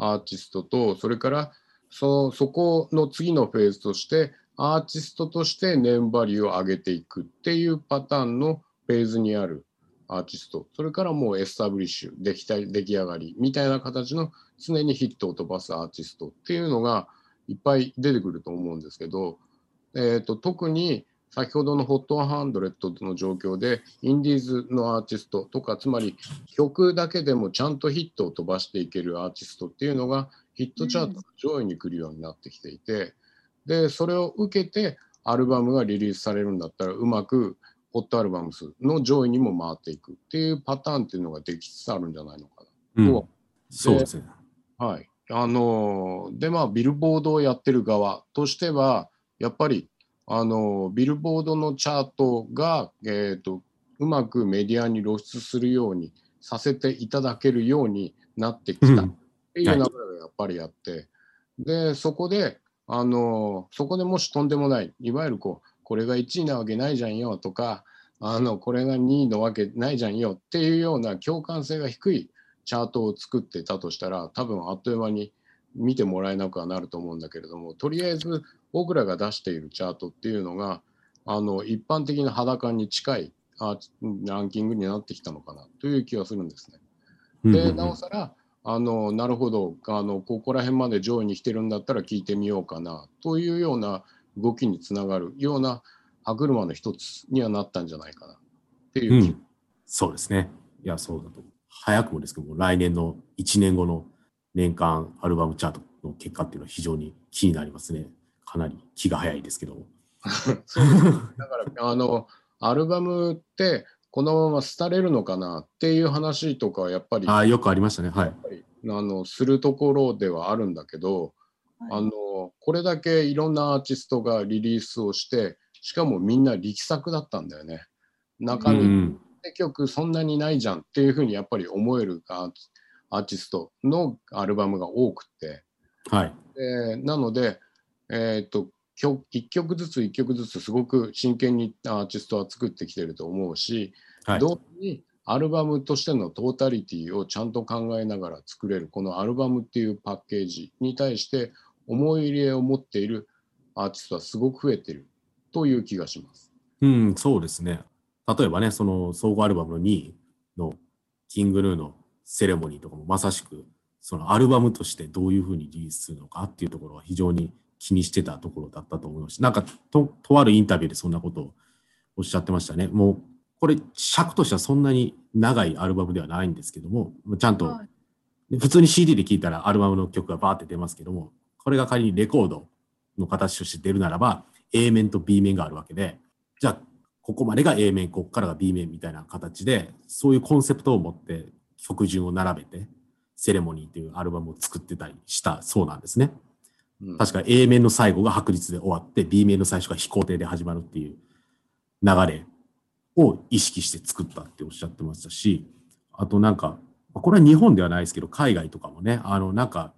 アーティストと、それからそこの次のフェーズとして、アーティストとしてネームバリューを上げていくっていうパターンのフェーズにあるアーティスト、それからもうエスタブリッシュ、出来上がりみたいな形の常にヒットを飛ばすアーティストっていうのがいっぱい出てくると思うんですけど、特に先ほどの HOT100 の状況でインディーズのアーティストとか、つまり曲だけでもちゃんとヒットを飛ばしていけるアーティストっていうのがヒットチャートの上位に来るようになってきていて、でそれを受けてアルバムがリリースされるんだったらうまくHOTアルバムスの上位にも回っていくっていうパターンっていうのができつつあるんじゃないのかなと、 そうですね。 はい。でビルボードをやってる側としてはやっぱりビルボードのチャートが、うまくメディアに露出するようにさせていただけるようになってきたっていう流れがやっぱりあって、でそこでもしとんでもない、いわゆるこれが1位なわけないじゃんよとか、これが2位のわけないじゃんよっていうような共感性が低いチャートを作ってたとしたら、多分あっという間に見てもらえなくはなると思うんだけれども、とりあえず僕らが出しているチャートっていうのが一般的な肌感に近いランキングになってきたのかなという気がするんですね。でなおさらなるほど、ここら辺まで上位に来てるんだったら聞いてみようかなというような動きにつながるような歯車の一つにはなったんじゃないかなっていう気、 そうですね。いや、そうだと。早くもですけども、来年の1年後の年間アルバムチャートの結果っていうのは非常に気になりますね。かなり気が早いですけど。 そうです。だからアルバムってこのまま廃れるのかなっていう話とかはやっぱりよくありましたね。はい。 するところではあるんだけど、これだけいろんなアーティストがリリースをして、しかもみんな力作だったんだよね。中身曲そんなにないじゃんっていうふうにやっぱり思えるアーティストのアルバムが多くて、 はい、 なので、一曲ずつすごく真剣にアーティストは作ってきてると思うし、同時にアルバムとしてのトータリティをちゃんと考えながら作れるこのアルバムっていうパッケージに対して思い入れを持っているアーティストはすごく増えているという気がします。 そうですね。例えばね、その総合アルバムの2位のキングヌーのセレモニーとかもまさしくそのアルバムとしてどういうふうにリリースするのかっていうところは非常に気にしてたところだったと思いますし、なんかとあるインタビューでそんなことをおっしゃってましたね。もうこれ尺としてはそんなに長いアルバムではないんですけども、ちゃんと普通に CD で聴いたらアルバムの曲がバーって出ますけども、これが仮にレコードの形として出るならば A 面と B 面があるわけで、じゃあここまでが A 面、ここからが B 面みたいな形で、そういうコンセプトを持って曲順を並べてセレモニーというアルバムを作ってたりしたそうなんですね。確か A 面の最後が白日で終わって B 面の最初が飛行艇で始まるっていう流れを意識して作ったっておっしゃってましたし、あとなんかこれは日本ではないですけど海外とかもね、なんか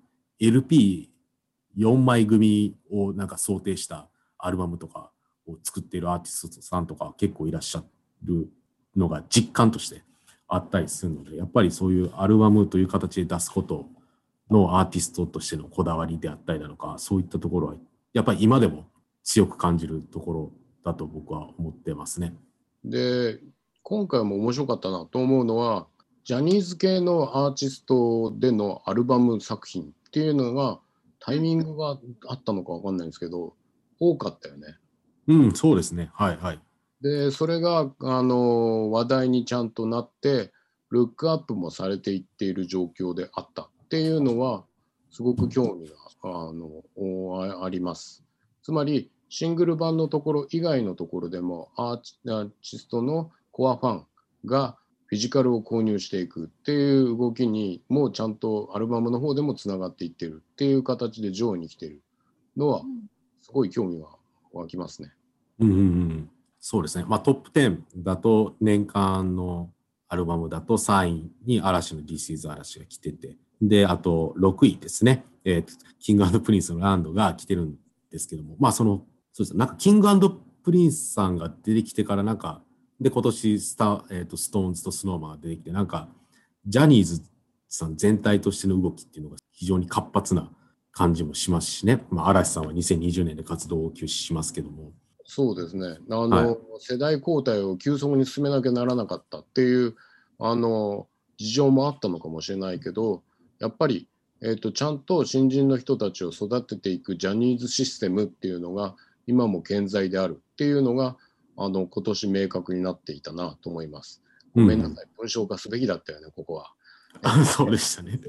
LP4 枚組をなんか想定したアルバムとかを作っているアーティストさんとか結構いらっしゃるのが実感としてあったりするので、やっぱりそういうアルバムという形で出すことのアーティストとしてのこだわりであったりだとか、そういったところはやっぱり今でも強く感じるところだと僕は思ってますね。 で、今回も面白かったなと思うのは、ジャニーズ系のアーティストでのアルバム作品っていうのがタイミングがあったのか分かんないんですけど、多かったよね。 そうですね。はいはい。 で、それが話題にちゃんとなって、ルックアップもされていっている状況であったっていうのは、すごく興味があります。つまり、シングル版のところ以外のところでも、アーティストのコアファンがフィジカルを購入していくっていう動きにもちゃんとアルバムの方でもつながっていってるっていう形で上位に来てるのは、すごい興味が湧きますね。 そうですね。トップ10だと年間のアルバムだと3位に嵐の This is 嵐が来てて、で、あと6位ですね。キング&プリンスのランドが来てるんですけども、そうですね。なんかキング&プリンスさんが出てきてからなんか、で、今年ストーンズとスノーマンが出てきて、なんか、ジャニーズさん全体としての動きっていうのが非常に活発な感じもしますしね。嵐さんは2020年で活動を休止しますけども。 そうですね。世代交代を急速に進めなきゃならなかったっていう事情もあったのかもしれないけど、やっぱり、ちゃんと新人の人たちを育てていくジャニーズシステムっていうのが今も健在であるっていうのが今年明確になっていたなと思います。ごめんなさい、文章化すべきだったよね、ここは。 そうでしたね。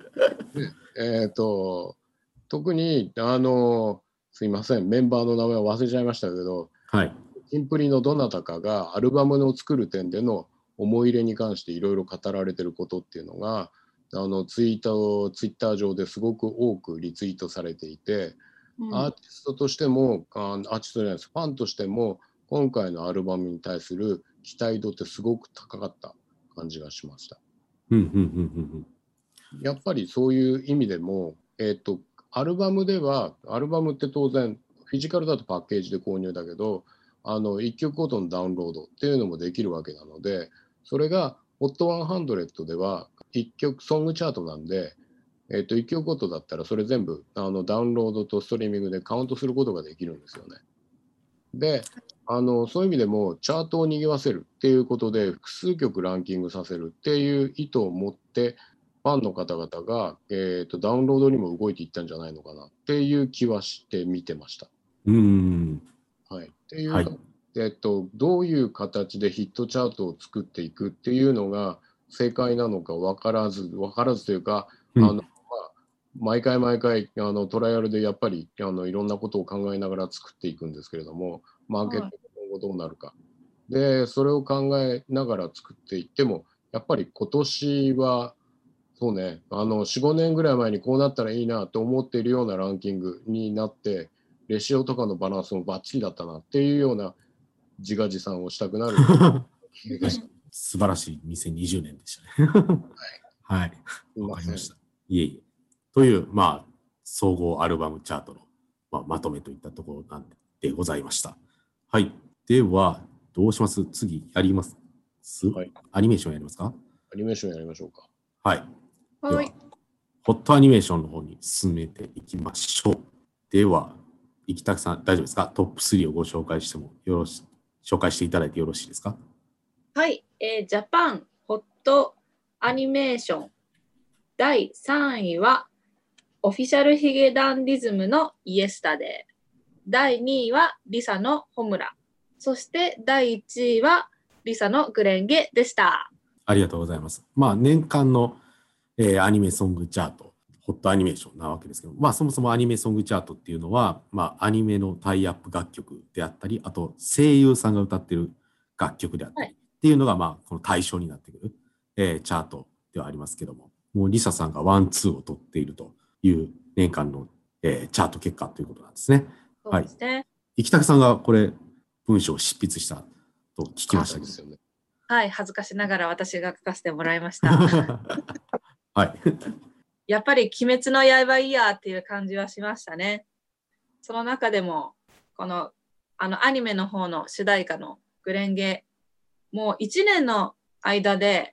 特にすいません、メンバーの名前を忘れちゃいましたけど、 はい、 キンプリのどなたかがアルバムの作る点での思い入れに関していろいろ語られてることっていうのがツイッター上ですごく多くリツイートされていて、アーティストとしてもアーティストじゃないです、ファンとしても今回のアルバムに対する期待度ってすごく高かった感じがしました。やっぱりそういう意味でも、アルバムって当然フィジカルだとパッケージで購入だけど1曲ごとのダウンロードっていうのもできるわけなので、それが HOT100 では1曲ソングチャートなんで、1曲ごとだったらそれ全部ダウンロードとストリーミングでカウントすることができるんですよね。でそういう意味でもチャートを賑わせるっていうことで複数曲ランキングさせるっていう意図を持ってファンの方々が、ダウンロードにも動いていったんじゃないのかなっていう気はして見てました。はい、っていうか、はい、どういう形でヒットチャートを作っていくっていうのが正解なのか分からずというか、毎回トライアルでやっぱりいろんなことを考えながら作っていくんですけれども、マーケットが今後どうなるか、でそれを考えながら作っていってもやっぱり今年はそうね、4、5年ぐらい前にこうなったらいいなと思っているようなランキングになって、レシオとかのバランスもバッチリだったなっていうような自画自賛をしたくなる素晴らしい2020年でしたね。はい。わかりました。いえいえ。という、総合アルバムチャートの、まとめといったところなんでございました。はい。では、どうします？次やります？はい、アニメーションやりますか？ アニメーションやりましょうか。 はい。では、ホットアニメーションの方に進めていきましょう。では、生田さん、大丈夫ですか？トップ3をご紹介しても紹介していただいてよろしいですか？ はい。ジャパンホットアニメーション第3位は、オフィシャルヒゲダンディズムのイエスタデー。第2位は、リサのホムラ。そして第1位は、リサのグレンゲでした。 ありがとうございます。年間の、アニメソングチャート、ホットアニメーションなわけですけど、そもそもアニメソングチャートっていうのは、アニメのタイアップ楽曲であったり、あと声優さんが歌ってる楽曲であったりっていうのが、この対象になってくる、チャートではありますけども、もうリサさんがワン、ツーを取っているという年間の、チャート結果ということなんですね。 そうですね。 はい。生田さんがこれ、文章を執筆したと聞きましたけど。 はい、恥ずかしながら私が書かせてもらいました。 はい。 やっぱり鬼滅の刃イヤーっていう感じはしましたね。その中でも、このアニメの方の主題歌のグレンゲ、もう1年の間で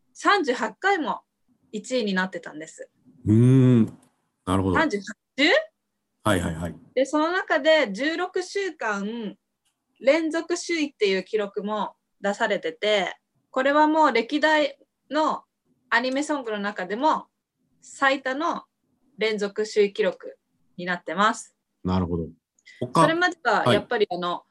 38回も1位になってたんです。 なるほど。 38週？ はいはいはい。 で、その中で16週間連続首位っていう記録も出されてて、これはもう歴代のアニメソングの中でも最多の連続首位記録になってます。 なるほど。 それまではやっぱり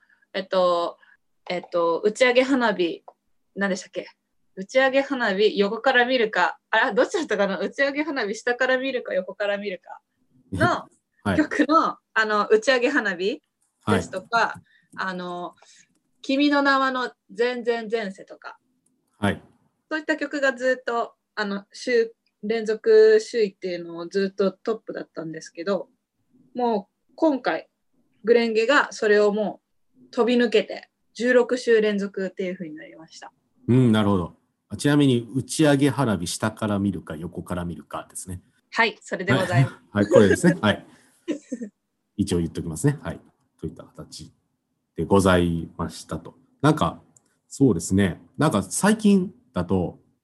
打ち上げ花火、何でしたっけ？打ち上げ花火横から見るか、どっちだったかな？打ち上げ花火下から見るか横から見るかの曲の、打ち上げ花火ですとか、君の名はの前々前世とか、そういった曲がずっと連続首位っていうのをずっとトップだったんですけど、もう今回グレンゲがそれをもう飛び抜けて16週連続っていう風になりました。 なるほど。ちなみに打ち上げ花火下から見るか横から見るかですね。 はい、それでございます。 はい、これですね。はい。一応言っておきますね。はい。といった形でございましたと。そうですね。最近だと、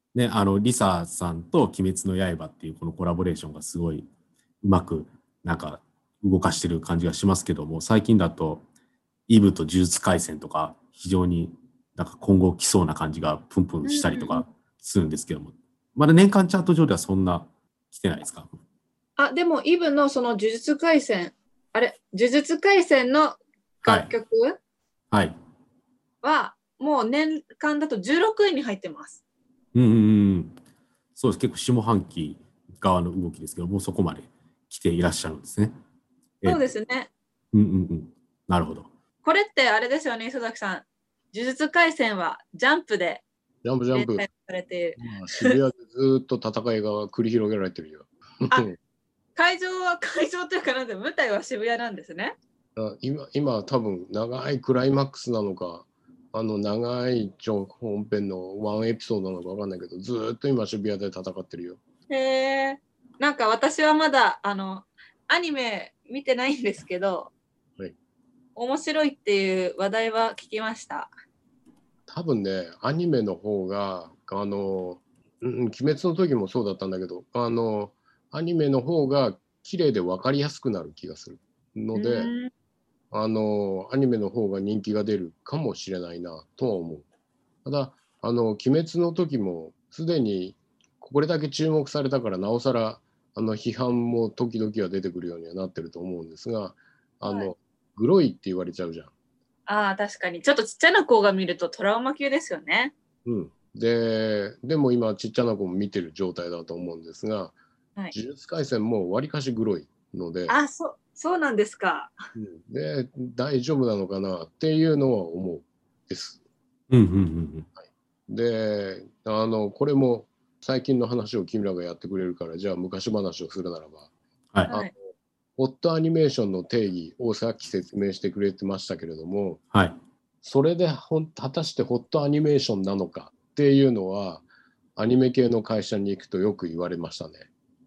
ね、リサさんと鬼滅の刃っていうこのコラボレーションがすごいうまくなんか動かしてる感じがしますけども、最近だとイブと呪術廻戦とか非常になんか今後来そうな感じがプンプンしたりとかするんですけども、まだ年間チャート上ではそんな来てないですか？ あ、でもイブのその呪術廻戦、あれ、呪術廻戦の楽曲はい。 はもう年間だと16位に入ってます。 うんうんうん。そうです。結構下半期側の動きですけど、もうそこまで来ていらっしゃるんですね。 そうですね。 うんうんうん。なるほど。 これってあれですよね、磯崎さん。呪術廻戦はジャンプでジャンプ。 連載されている。 渋谷でずっと戦いが繰り広げられてるよ。 あ、会場というかなんで舞台は渋谷なんですね。 今多分長いクライマックスなのか、長い本編のワンエピソードなのか分かんないけど、ずっと今渋谷で戦ってるよ。 へえ。なんか私はまだアニメ見てないんですけど、 はい、 面白いっていう話題は聞きました。 多分ね、アニメの方が鬼滅の時もそうだったんだけど、アニメの方が綺麗で分かりやすくなる気がするので、アニメの方が人気が出るかもしれないなとは思う。ただ鬼滅の時もすでにこれだけ注目されたから、なおさら批判も時々は出てくるようにはなってると思うんですが、 はい、 グロいって言われちゃうじゃん。 ああ、確かに。ちょっとちっちゃな子が見るとトラウマ級ですよね。 うん、でも今ちっちゃな子も見てる状態だと思うんですが、 はい、 呪術廻戦もわりかしグロいので、 あ、そうなんですか。 で大丈夫なのかなっていうのは思うです。 うんうんうんうん。 はい、でこれも最近の話を君らがやってくれるから、じゃあ昔話をするならば、 はい。 ホットアニメーションの定義をさっき説明してくれてましたけれども、 はい。 それで果たしてホットアニメーションなのかっていうのは、アニメ系の会社に行くとよく言われましたね。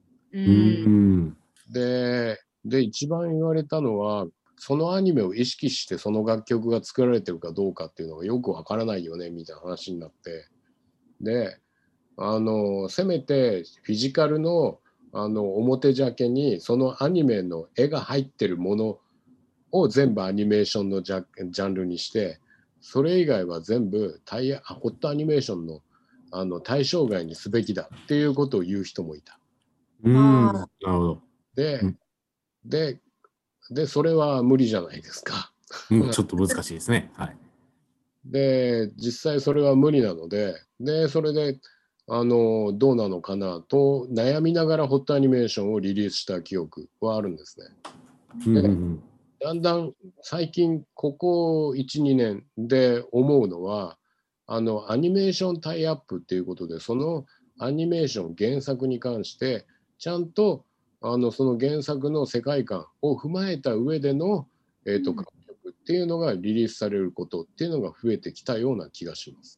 で、一番言われたのは、そのアニメを意識してその楽曲が作られてるかどうかっていうのがよくわからないよねみたいな話になって、でせめてフィジカルの表ジャケにそのアニメの絵が入ってるものを全部アニメーションのジャンルにして、それ以外は全部ホットアニメーションの対象外にすべきだっていうことを言う人もいた。 なるほど。 でそれは無理じゃないですか。 ちょっと難しいですね。はい。 で実際それは無理なので、それでどうなのかなと悩みながらホットアニメーションをリリースした記憶はあるんですね。でだんだん最近ここ 1,2 年で思うのは、アニメーションタイアップっていうことで、そのアニメーション原作に関してちゃんとその原作の世界観を踏まえた上での、楽曲っていうのがリリースされることっていうのが増えてきたような気がします。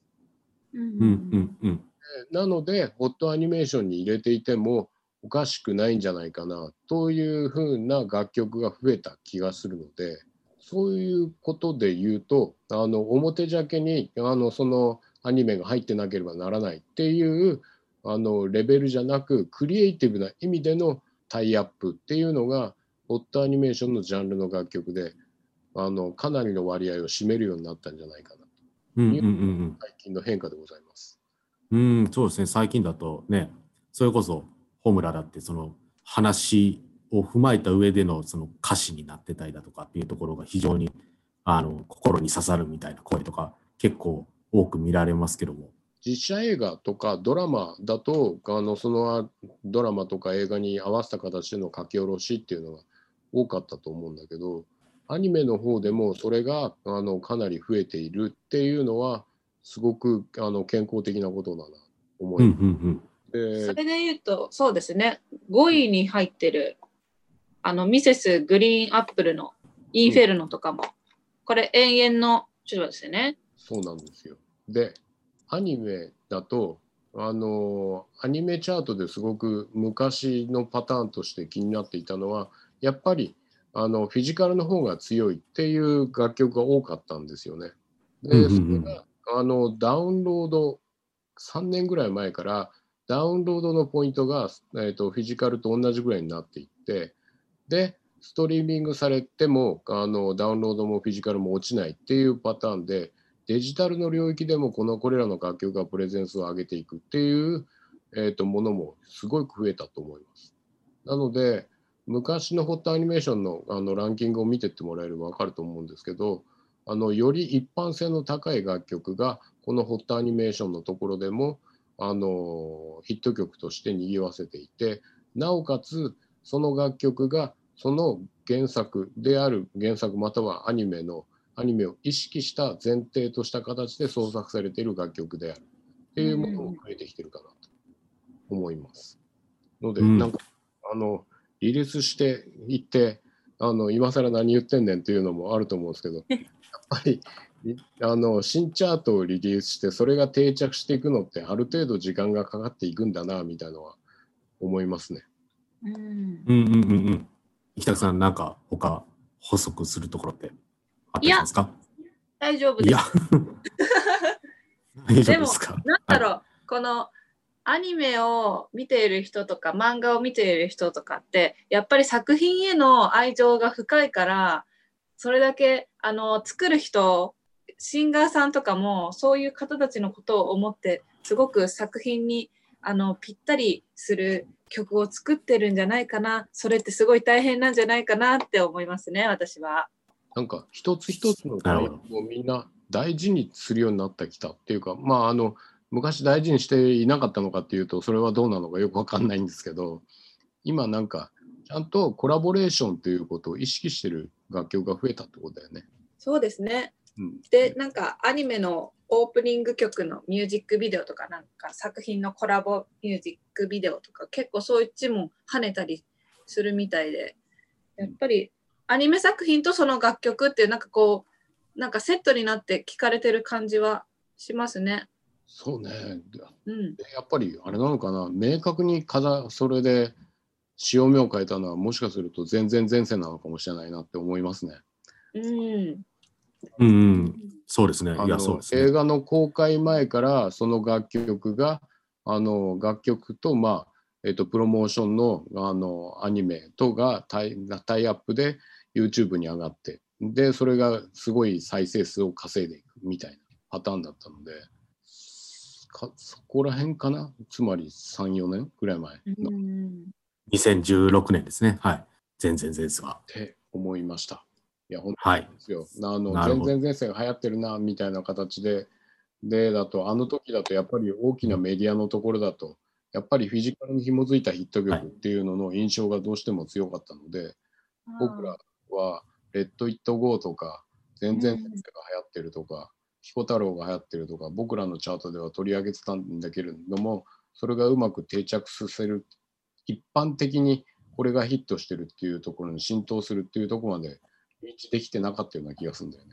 なのでホットアニメーションに入れていてもおかしくないんじゃないかなというふうな楽曲が増えた気がするので、そういうことで言うと表ジャケにそのアニメが入ってなければならないっていうレベルじゃなく、クリエイティブな意味でのタイアップっていうのがホットアニメーションのジャンルの楽曲でかなりの割合を占めるようになったんじゃないかなという最近の変化でございます。 そうですね。最近だとね、それこそホムラだってその話を踏まえた上でのその歌詞になってたりだとかっていうところが非常に心に刺さるみたいな声とか結構多く見られますけども。 実写映画とかドラマだとそのドラマとか映画に合わせた形での書き下ろしっていうのが多かったと思うんだけど、アニメの方でもそれがかなり増えているっていうのはすごく健康的なことだなと思います。 それで言うとそうですね、5位に入ってるミセスグリーンアップルのインフェルノとかも、これ永遠の主題ですよね。 そうなんですよ。でアニメだとアニメチャートですごく昔のパターンとして気になっていたのは、やっぱりフィジカルの方が強いっていう楽曲が多かったんですよね。でそれがダウンロード 3年ぐらい前からダウンロードのポイントが、フィジカルと同じぐらいになっていって、でストリーミングされてもダウンロードもフィジカルも落ちないっていうパターンで、デジタルの領域でもこれらの楽曲がプレゼンスを上げていくっていう、ものもすごく増えたと思います。なので昔のホットアニメーションのランキングを見てってもらえれば分かると思うんですけど、より一般性の高い楽曲がこのホットアニメーションのところでもヒット曲として賑わせていて、なおかつその楽曲がその原作またはアニメを意識した前提とした形で創作されている楽曲であるっていうものも増えてきてるかなと思います。ので、なんかリリースしていって今更何言ってんねんっていうのもあると思うんですけど、やっぱり新チャートをリリースしてそれが定着していくのってある程度時間がかかっていくんだなみたいなのは思いますね。 北木さん、なんか他補足するところってあったりしますか？ 大丈夫です。 大丈夫ですか？ なんだろう、このアニメを見ている人とか漫画を見ている人とかってやっぱり作品への愛情が深いから、それだけ作る人、シンガーさんとかもそういう方たちのことを思ってすごく作品にぴったりする曲を作ってるんじゃないかな。それってすごい大変なんじゃないかなって思いますね、私は。 なんか一つ一つの対応をみんな大事にするようになってきたっていうか、昔大事にしていなかったのかっていうとそれはどうなのかよく分かんないんですけど、今なんかちゃんとコラボレーションということを意識してる楽曲が増えたってことだよね。 そうですね。で、なんかアニメのオープニング曲のミュージックビデオとか、なんか作品のコラボミュージックビデオとか結構そういっちも跳ねたりするみたいで、やっぱりアニメ作品とその楽曲ってなんかセットになって聴かれてる感じはしますね。 そうね、やっぱりあれなのかな、明確にそれで潮目を変えたのはもしかすると全然前世なのかもしれないなって思いますね。 そうですね。そうですね。 映画の公開前からその楽曲が楽曲とプロモーションのアニメとがタイアップで YouTube に上がって、でそれがすごい再生数を稼いでいくみたいなパターンだったので、そこら辺かな、つまり 3,4 年ぐらい前の 2016年ですね。はい。前世はって思いました。いや本当にですよ。前世が流行ってるなみたいな形でだと時だとやっぱり大きなメディアのところだとやっぱりフィジカルに紐づいたヒット曲っていうのの印象がどうしても強かったので、僕らはレッド・イット・ゴーとか前々世が流行ってるとか彦太郎が流行ってるとか僕らのチャートでは取り上げてたんだけれども、それがうまく定着させる、一般的にこれがヒットしてるっていうところに浸透するっていうところまでリーチできてなかったような気がするんだよ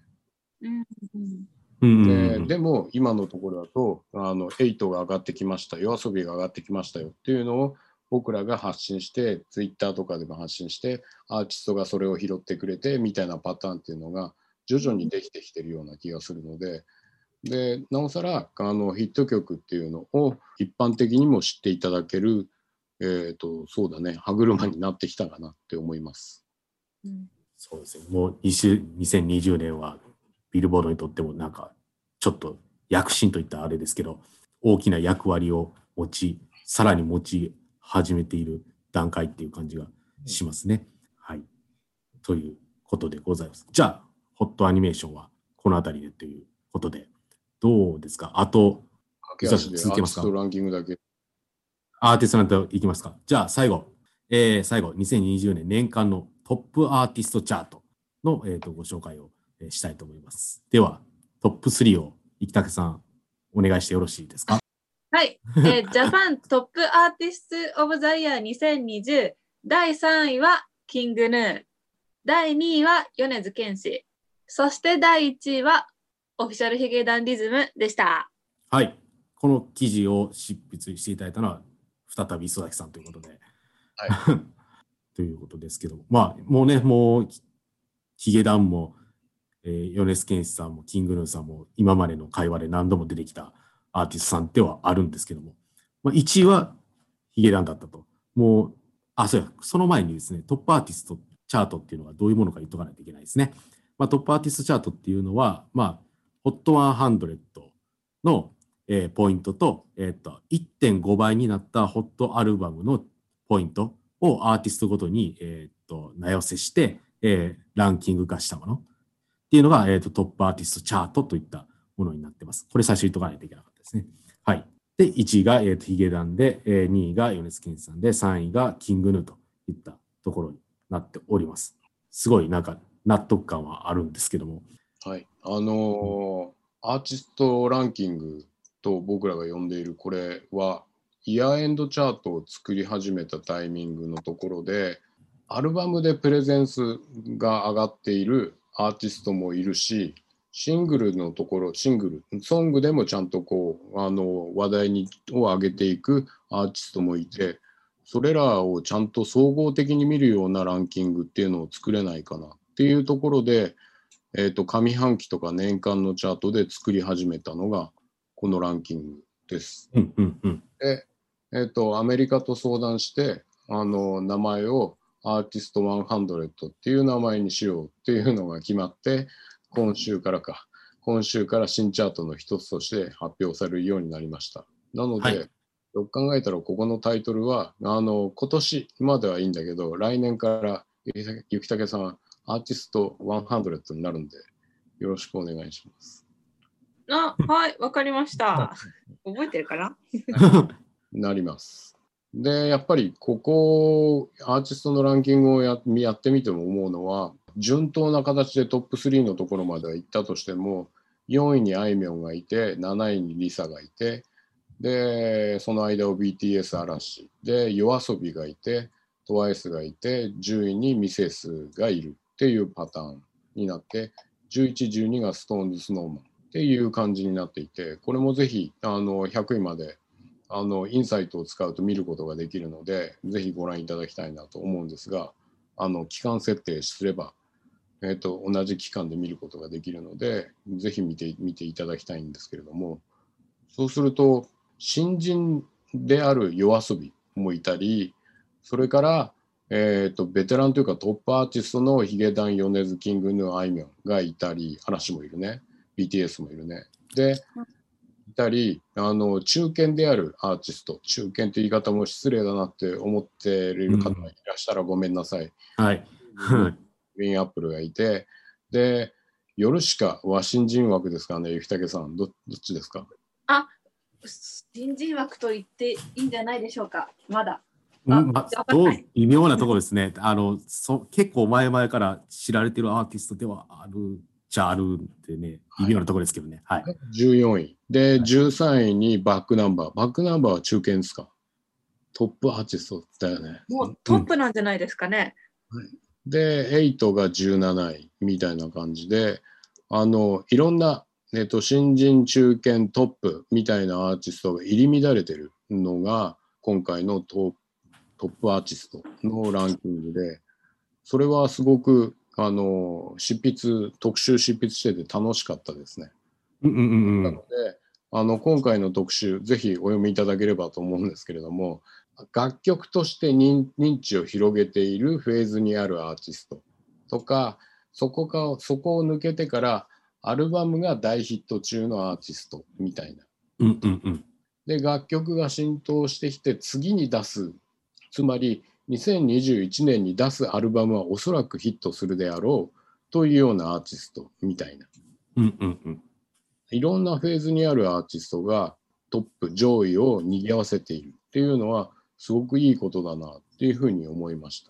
ね。でも今のところだとエイトが上がってきましたよ、YOASOBIが上がってきましたよっていうのを僕らが発信して、ツイッターとかでも発信してアーティストがそれを拾ってくれてみたいなパターンっていうのが徐々にできてきてるような気がするので、なおさらヒット曲っていうのを一般的にも知っていただける、そうだね、歯車になってきたかなって思います。 そうですね。もう2020年はビルボードにとってもなんかちょっと躍進といったあれですけど、大きな役割をさらに持ち始めている段階っていう感じがしますね。はい。ということでございます。じゃあ、ホットアニメーションはこのあたりでということで、どうですか？あと、 続けますか？アーティストランキングだけ。 アーティストランキングいきますか？じゃあ、最後、2020年年間のトップアーティストチャートの、ご紹介をしたいと思います。では、トップ3を生竹さん、お願いしてよろしいですか？ はい。ジャパントップアーティストオブザイヤー2020、第3位はキングヌー、第2位は米津玄師、そして第1位はオフィシャルヒゲダンディズムでした。 はい。この記事を執筆していただいたのは、再び磯崎さんということで。 はい。 ということですけど、もうヒゲダンも、米津玄師さんもキングヌーさんも今までの会話で何度も出てきたアーティストさんではあるんですけども、まあ、1位はヒゲダンだったと。もう、そうや、その前にですね、トップアーティストチャートっていうのがどういうものか言っとかないといけないですね。まあ、トップアーティストチャートっていうのは、まあ、HOT100 の、ポイントと、1.5 倍になったホットアルバムのポイントをアーティストごとに、名寄せして、ランキング化したものっていうのが、トップアーティストチャートといったものになってます。これ最初言っとかないといけなかったですね。はい。で、1位が、ヒゲダンで、2位が米津玄師さんで、3位がキングヌーといったところになっております。すごいなんか納得感はあるんですけども。 はい。アーティストランキングと僕らが呼んでいるこれは、イヤーエンドチャートを作り始めたタイミングのところで、アルバムでプレゼンスが上がっているアーティストもいるし、シングルのところ、ソングでもちゃんとこう、話題を上げていくアーティストもいて、それらをちゃんと総合的に見るようなランキングっていうのを作れないかなっていうところで、上半期とか年間のチャートで作り始めたのがこのランキングです。で、アメリカと相談して名前をアーティスト100っていう名前にしようっていうのが決まって、今週から新チャートの一つとして発表されるようになりました。なので、はい、よく考えたらここのタイトルは今年今ではいいんだけど、来年から雪武さんアーティスト100になるんで、よろしくお願いします。 はい、わかりました。覚えてるかななります。で、やっぱりここ、アーティストのランキングをやってみても思うのは、順当な形でトップ3のところまでは行ったとしても、4位にあいみょんがいて、7位にリサがいて、で、その間を BTS 嵐、で、YOASOBI がいて、TWICE がいて、10位にミセスがいるっていうパターンになって、11、12が SixTONES、SnowMan っていう感じになっていて、これもぜひ100位までインサイトを使うと見ることができるので、ぜひご覧いただきたいなと思うんですが、期間設定すれば、同じ期間で見ることができるので、ぜひ見ていただきたいんですけれども、そうすると、新人であるYOASOBIもいたり、それから、ベテランというかトップアーティストのヒゲダン、米津、キングヌー、あいみょんがいたり、嵐もいるね、BTS もいるね。で、いたり、中堅であるアーティスト、中堅って言い方も失礼だなって思っている方がいらしたらごめんなさい。 はい。 グリーンアップルがいて、で、ヨルシカは新人枠ですかね、雪武さん、どっちですか？ 新人枠と言っていいんじゃないでしょうか、まだ。 微妙なところですね。結構前々から知られてるアーティストではあるじゃあるんでね、微妙なところですけどね。はい。 14位。で、13位にバックナンバー。バックナンバーは中堅ですか？トップアーティストだよね。 もうトップなんじゃないですかね。 はい、で、8が17位みたいな感じで、いろんな、新人中堅トップみたいなアーティストが入り乱れてるのが、今回のトップアーティストのランキングで、それはすごく、特集執筆してて楽しかったですね。なので、今回の特集、ぜひお読みいただければと思うんですけれども、楽曲として認知を広げているフェーズにあるアーティストとか、そこを抜けてからアルバムが大ヒット中のアーティストみたいな。で、楽曲が浸透してきて次に出す、つまり2021年に出すアルバムはおそらくヒットするであろうというようなアーティストみたいな。いろんなフェーズにあるアーティストがトップ上位を賑わせているっていうのはすごくいいことだなっていうふうに思いました。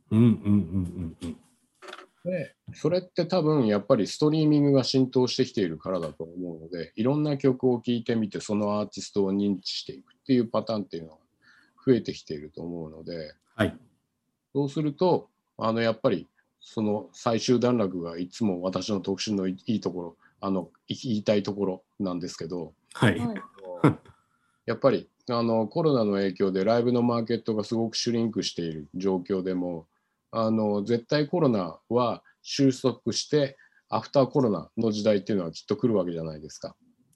で、それって多分やっぱりストリーミングが浸透してきているからだと思うので、いろんな曲を聴いてみてそのアーティストを認知していくっていうパターンっていうのが増えてきていると思うので、 はい、 そうするとやっぱりその最終段落がいつも私の特集のいいところ、言いたいところなんですけど、 はい、 やっぱりコロナの影響でライブのマーケットがすごくシュリンクしている状況でも絶対コロナは収束してアフターコロナの時代っていうのはきっと来るわけじゃないですか。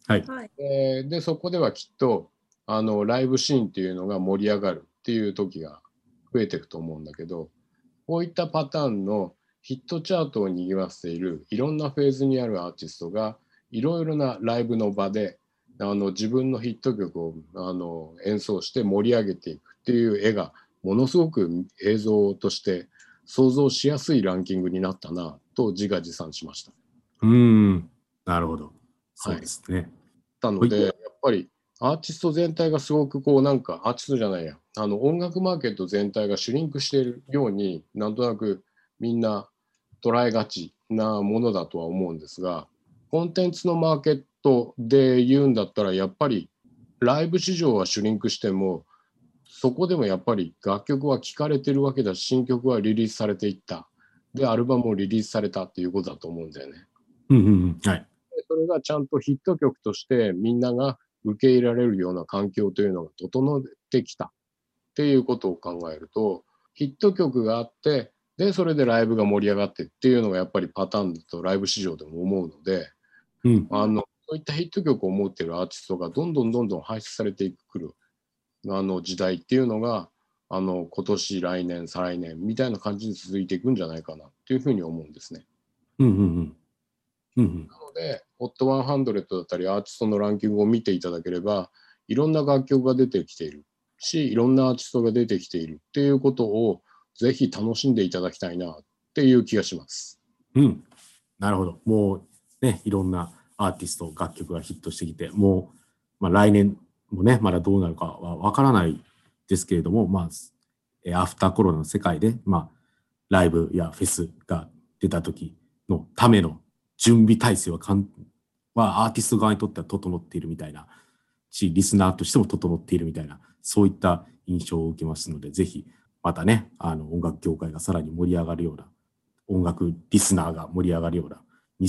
はい。 で、そこではきっと、ライブシーンっていうのが盛り上がるっていう時が増えていくと思うんだけど、こういったパターンのヒットチャートを賑わせているいろんなフェーズにあるアーティストがいろいろなライブの場で自分のヒット曲を演奏して盛り上げていくっていう絵がものすごく映像として想像しやすいランキングになったなと自画自賛しました。 なるほど。そうですね。はい、 なのでやっぱりアーティスト全体がすごくこうなんかアーティストじゃないや音楽マーケット全体がシュリンクしているようになんとなくみんな捉えがちなものだとは思うんですが、コンテンツのマーケットで言うんだったらやっぱりライブ市場はシュリンクしてもそこでもやっぱり楽曲は聴かれてるわけだし、新曲はリリースされていった。で、アルバムもリリースされたっていうことだと思うんだよね。 はい。 それがちゃんとヒット曲としてみんなが受け入れられるような環境というのが整ってきたっていうことを考えると、ヒット曲があって、で、それでライブが盛り上がってっていうのがやっぱりパターンだとライブ市場でも思うので、そういったヒット曲を持っているアーティストがどんどん輩出されてくる時代っていうのが今年来年再来年みたいな感じで続いていくんじゃないかなっていうふうに思うんですね。なので HOT100 だったりアーティストのランキングを見ていただければいろんな楽曲が出てきているしいろんなアーティストが出てきているっていうことをぜひ楽しんでいただきたいなっていう気がします。 なるほど。もうねいろんなアーティスト楽曲がヒットしてきてもう、来年もねまだどうなるかはわからないですけれども、アフターコロナの世界で、ライブやフェスが出た時のための準備体制はアーティスト側にとっては整っているみたいなし、リスナーとしても整っているみたいな、そういった印象を受けますので、ぜひまたね、音楽業界がさらに盛り上がるような、音楽リスナーが盛り上がるような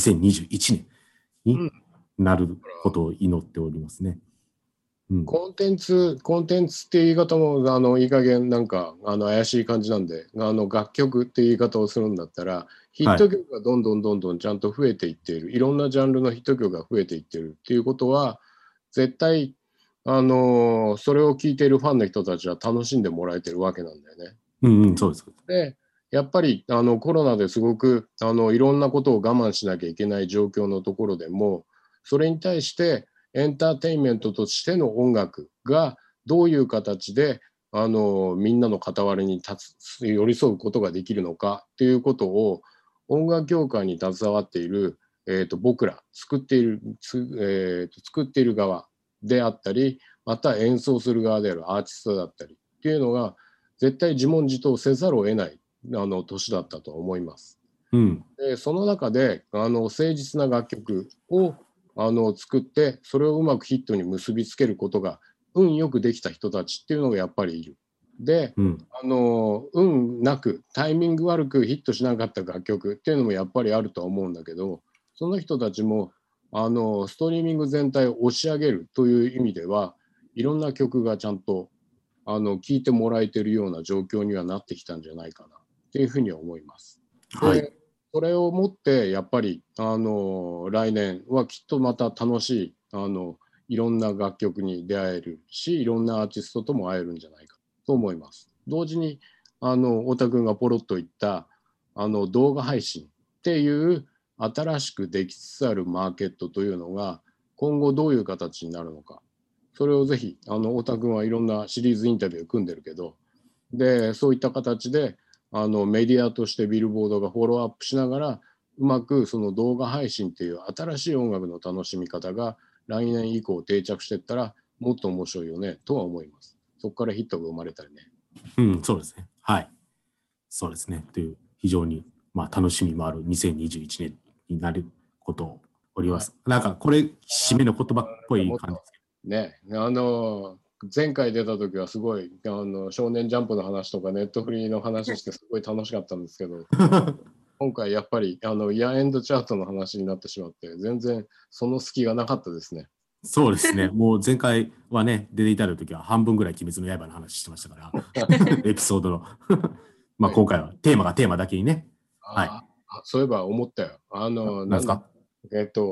2021年になることを祈っておりますね。 コンテンツって言い方もいい加減なんか怪しい感じなんで楽曲って言い方をするんだったらヒット曲がどんどんちゃんと増えていっている、いろんなジャンルのヒット曲が増えていっているっていうことは絶対それを聴いているファンの人たちは楽しんでもらえてるわけなんだよね。 そうです。 でやっぱりコロナですごくいろんなことを我慢しなきゃいけない状況のところでもそれに対してエンターテインメントとしての音楽がどういう形でみんなの傍らに寄り添うことができるのかっていうことを音楽業界に携わっている、僕ら作っている側であったりまた演奏する側であるアーティストだったりっていうのが絶対自問自答せざるを得ない年だったと思います。でその中で誠実な楽曲を作ってそれをうまくヒットに結びつけることが運よくできた人たちっていうのがやっぱりいる。で、運なくタイミング悪くヒットしなかった楽曲っていうのもやっぱりあるとは思うんだけどその人たちもストリーミング全体を押し上げるという意味ではいろんな曲がちゃんと聴いてもらえてるような状況にはなってきたんじゃないかなっていうふうには思います。でそれをもってやっぱり来年はきっとまた楽しいいろんな楽曲に出会えるしいろんなアーティストとも会えるんじゃないかと思います。同時に太田君がポロッと言った動画配信っていう新しくできつつあるマーケットというのが今後どういう形になるのかそれをぜひ太田君はいろんなシリーズインタビューを組んでるけどでそういった形でメディアとしてビルボードがフォローアップしながらうまくその動画配信っていう新しい音楽の楽しみ方が来年以降定着していったらもっと面白いよねとは思います。そこからヒットが生まれたりね。 そうですね。はい。そうですね。という非常に楽しみもある2021年になることをおります。なんかこれ締めの言葉っぽい感じですね。前回出た時はすごい少年ジャンプの話とかネットフリーの話してすごい楽しかったんですけど今回やっぱりイヤーエンドチャートの話になってしまって全然その隙がなかったですね。 そうですね。もう前回はね出ていただいた時は半分ぐらい鬼滅の刃の話してましたからエピソードの今回はテーマだけにね。 そういえば思ったよ。 何ですか？ 今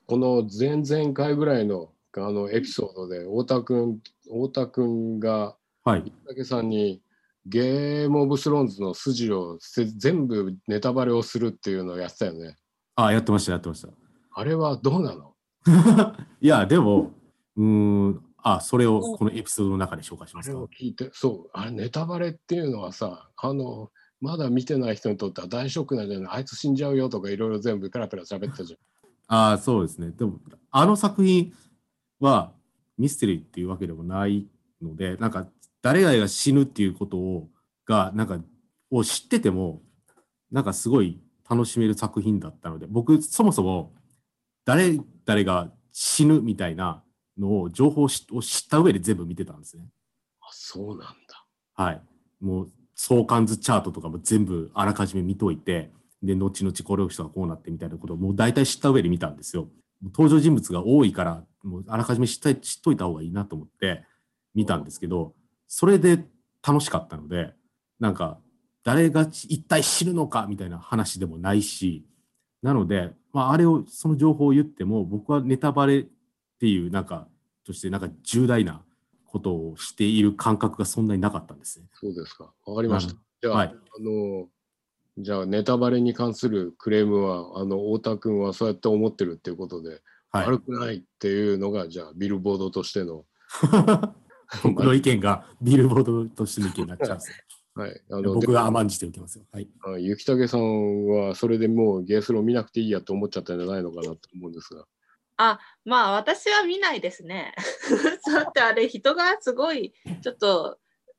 この前々回ぐらいのエピソードで太田君が竹さんにゲームオブスローンズの筋を全部ネタバレをするっていうのをやってたよね。 あ、やってました。 あれはどうなの？ いや、でも、それをこのエピソードの中で紹介しますか。 あれを聞いて、あれネタバレっていうのはさ、まだ見てない人にとっては大ショックなんじゃない？あいつ死んじゃうよとかいろいろ全部ペラペラ喋ったじゃん。 ああ、そうですね。でも、あの作品はミステリーっていうわけでもないので、なんか誰々が死ぬっていうことを知ってても、なんかすごい楽しめる作品だったので、僕そもそも誰々が死ぬみたいなのを情報を知った上で全部見てたんですね。 あ、そうなんだ。 はい。もう相関図チャートとかも全部あらかじめ見といて、で、後々この人がこうなってみたいなことをもう大体知った上で見たんですよ。登場人物が多いから、もうあらかじめ知っといた方がいいなと思って見たんですけど、それで楽しかったので、なんか誰が一体死ぬのかみたいな話でもないし、なので、その情報を言っても、僕はネタバレっていうとして重大なことをしている感覚がそんなになかったんですね。 そうですか。わかりました。じゃあ、じゃあネタバレに関するクレームは太田君はそうやって思ってるっていうことで、悪くないっていうのがじゃあビルボードとしての僕の意見がビルボードとしての意見になっちゃうんですよ。 はい、 僕が甘んじて受けますよ。はい。 雪武さんはそれでもうゲースロー見なくていいやと思っちゃったんじゃないのかなと思うんですが。 私は見ないですね。だってあれ人がすごいちょっと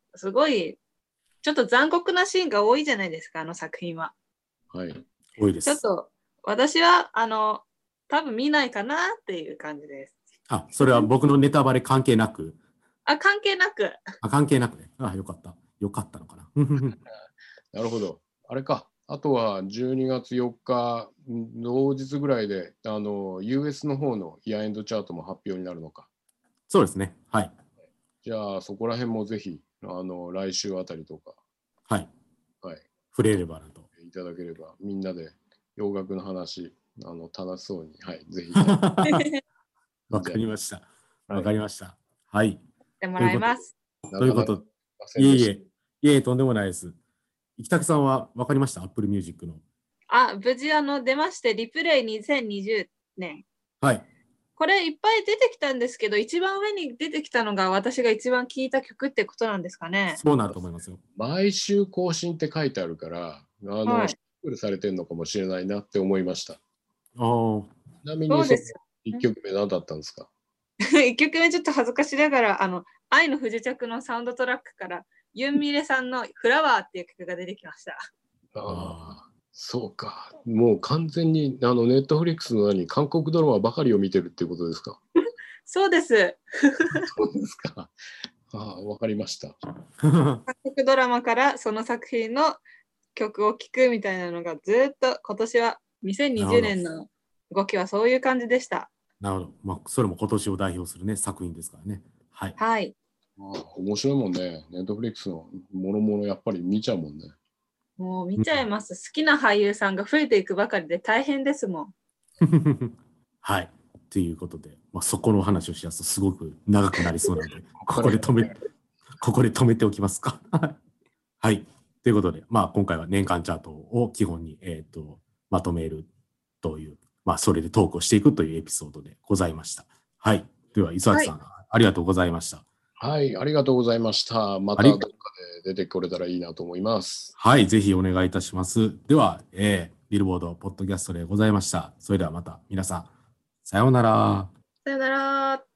残酷なシーンが多いじゃないですか、あの作品は。 はい。 多いです。 ちょっと私は多分見ないかなっていう感じです。 それは僕のネタバレ関係なく。 関係なく。 関係なくね。よかった。よかったのかな。 なるほど。あれか。あとは12月4日同日ぐらいでUS の方のイヤーエンドチャートも発表になるのか。 そうですね。はい。 じゃあそこら辺もぜひ来週あたりとか、 はい。 はい。 触れればなと。 いただければ、みんなで洋楽の話、楽しそうに、はい、ぜひ。 わかりました。わかりました。はい。 でもらいます。 ということ、いえ、とんでもないです。生竹さんはわかりました？ Apple Music の。 無事出まして、リプレイ2020年。 はい。 これいっぱい出てきたんですけど、一番上に出てきたのが私が一番聴いた曲ってことなんですかね。 そうなると思いますよ。 毎週更新って書いてあるから、シャッフルされてるのかもしれないなって思いました。ちなみに1曲目何だったんですか ？1曲目ちょっと恥ずかしながら、愛の不時着のサウンドトラックからユンミレさんのフラワーっていう曲が出てきました。 そうか。もう完全にネットフリックスの韓国ドラマばかりを見てるっていうことですか？ そうです。 そうですか。わかりました。 韓国ドラマからその作品の曲を聴くみたいなのがずっと今年は2020年の動きはそういう感じでした。 なるほど。それも今年を代表するね作品ですからね。はい。 はい。 面白いもんね。ネットフリックスのものやっぱり見ちゃうもんね。 もう見ちゃいます。好きな俳優さんが増えていくばかりで大変ですもん。 はい。ということで、そこの話をしやすとすごく長くなりそうなので、ここで止めておきますか。はい。ということで、今回は年間チャートを基本に、まとめるという、それでトークをしていくというエピソードでございました。はい。では、磯崎さん、ありがとうございました。 はい、ありがとうございました。またどっかで出てこれたらいいなと思います。 はい、ぜひお願いいたします。では、ビルボードポッドキャストでございました。それではまた皆さん、さようなら。 さようなら。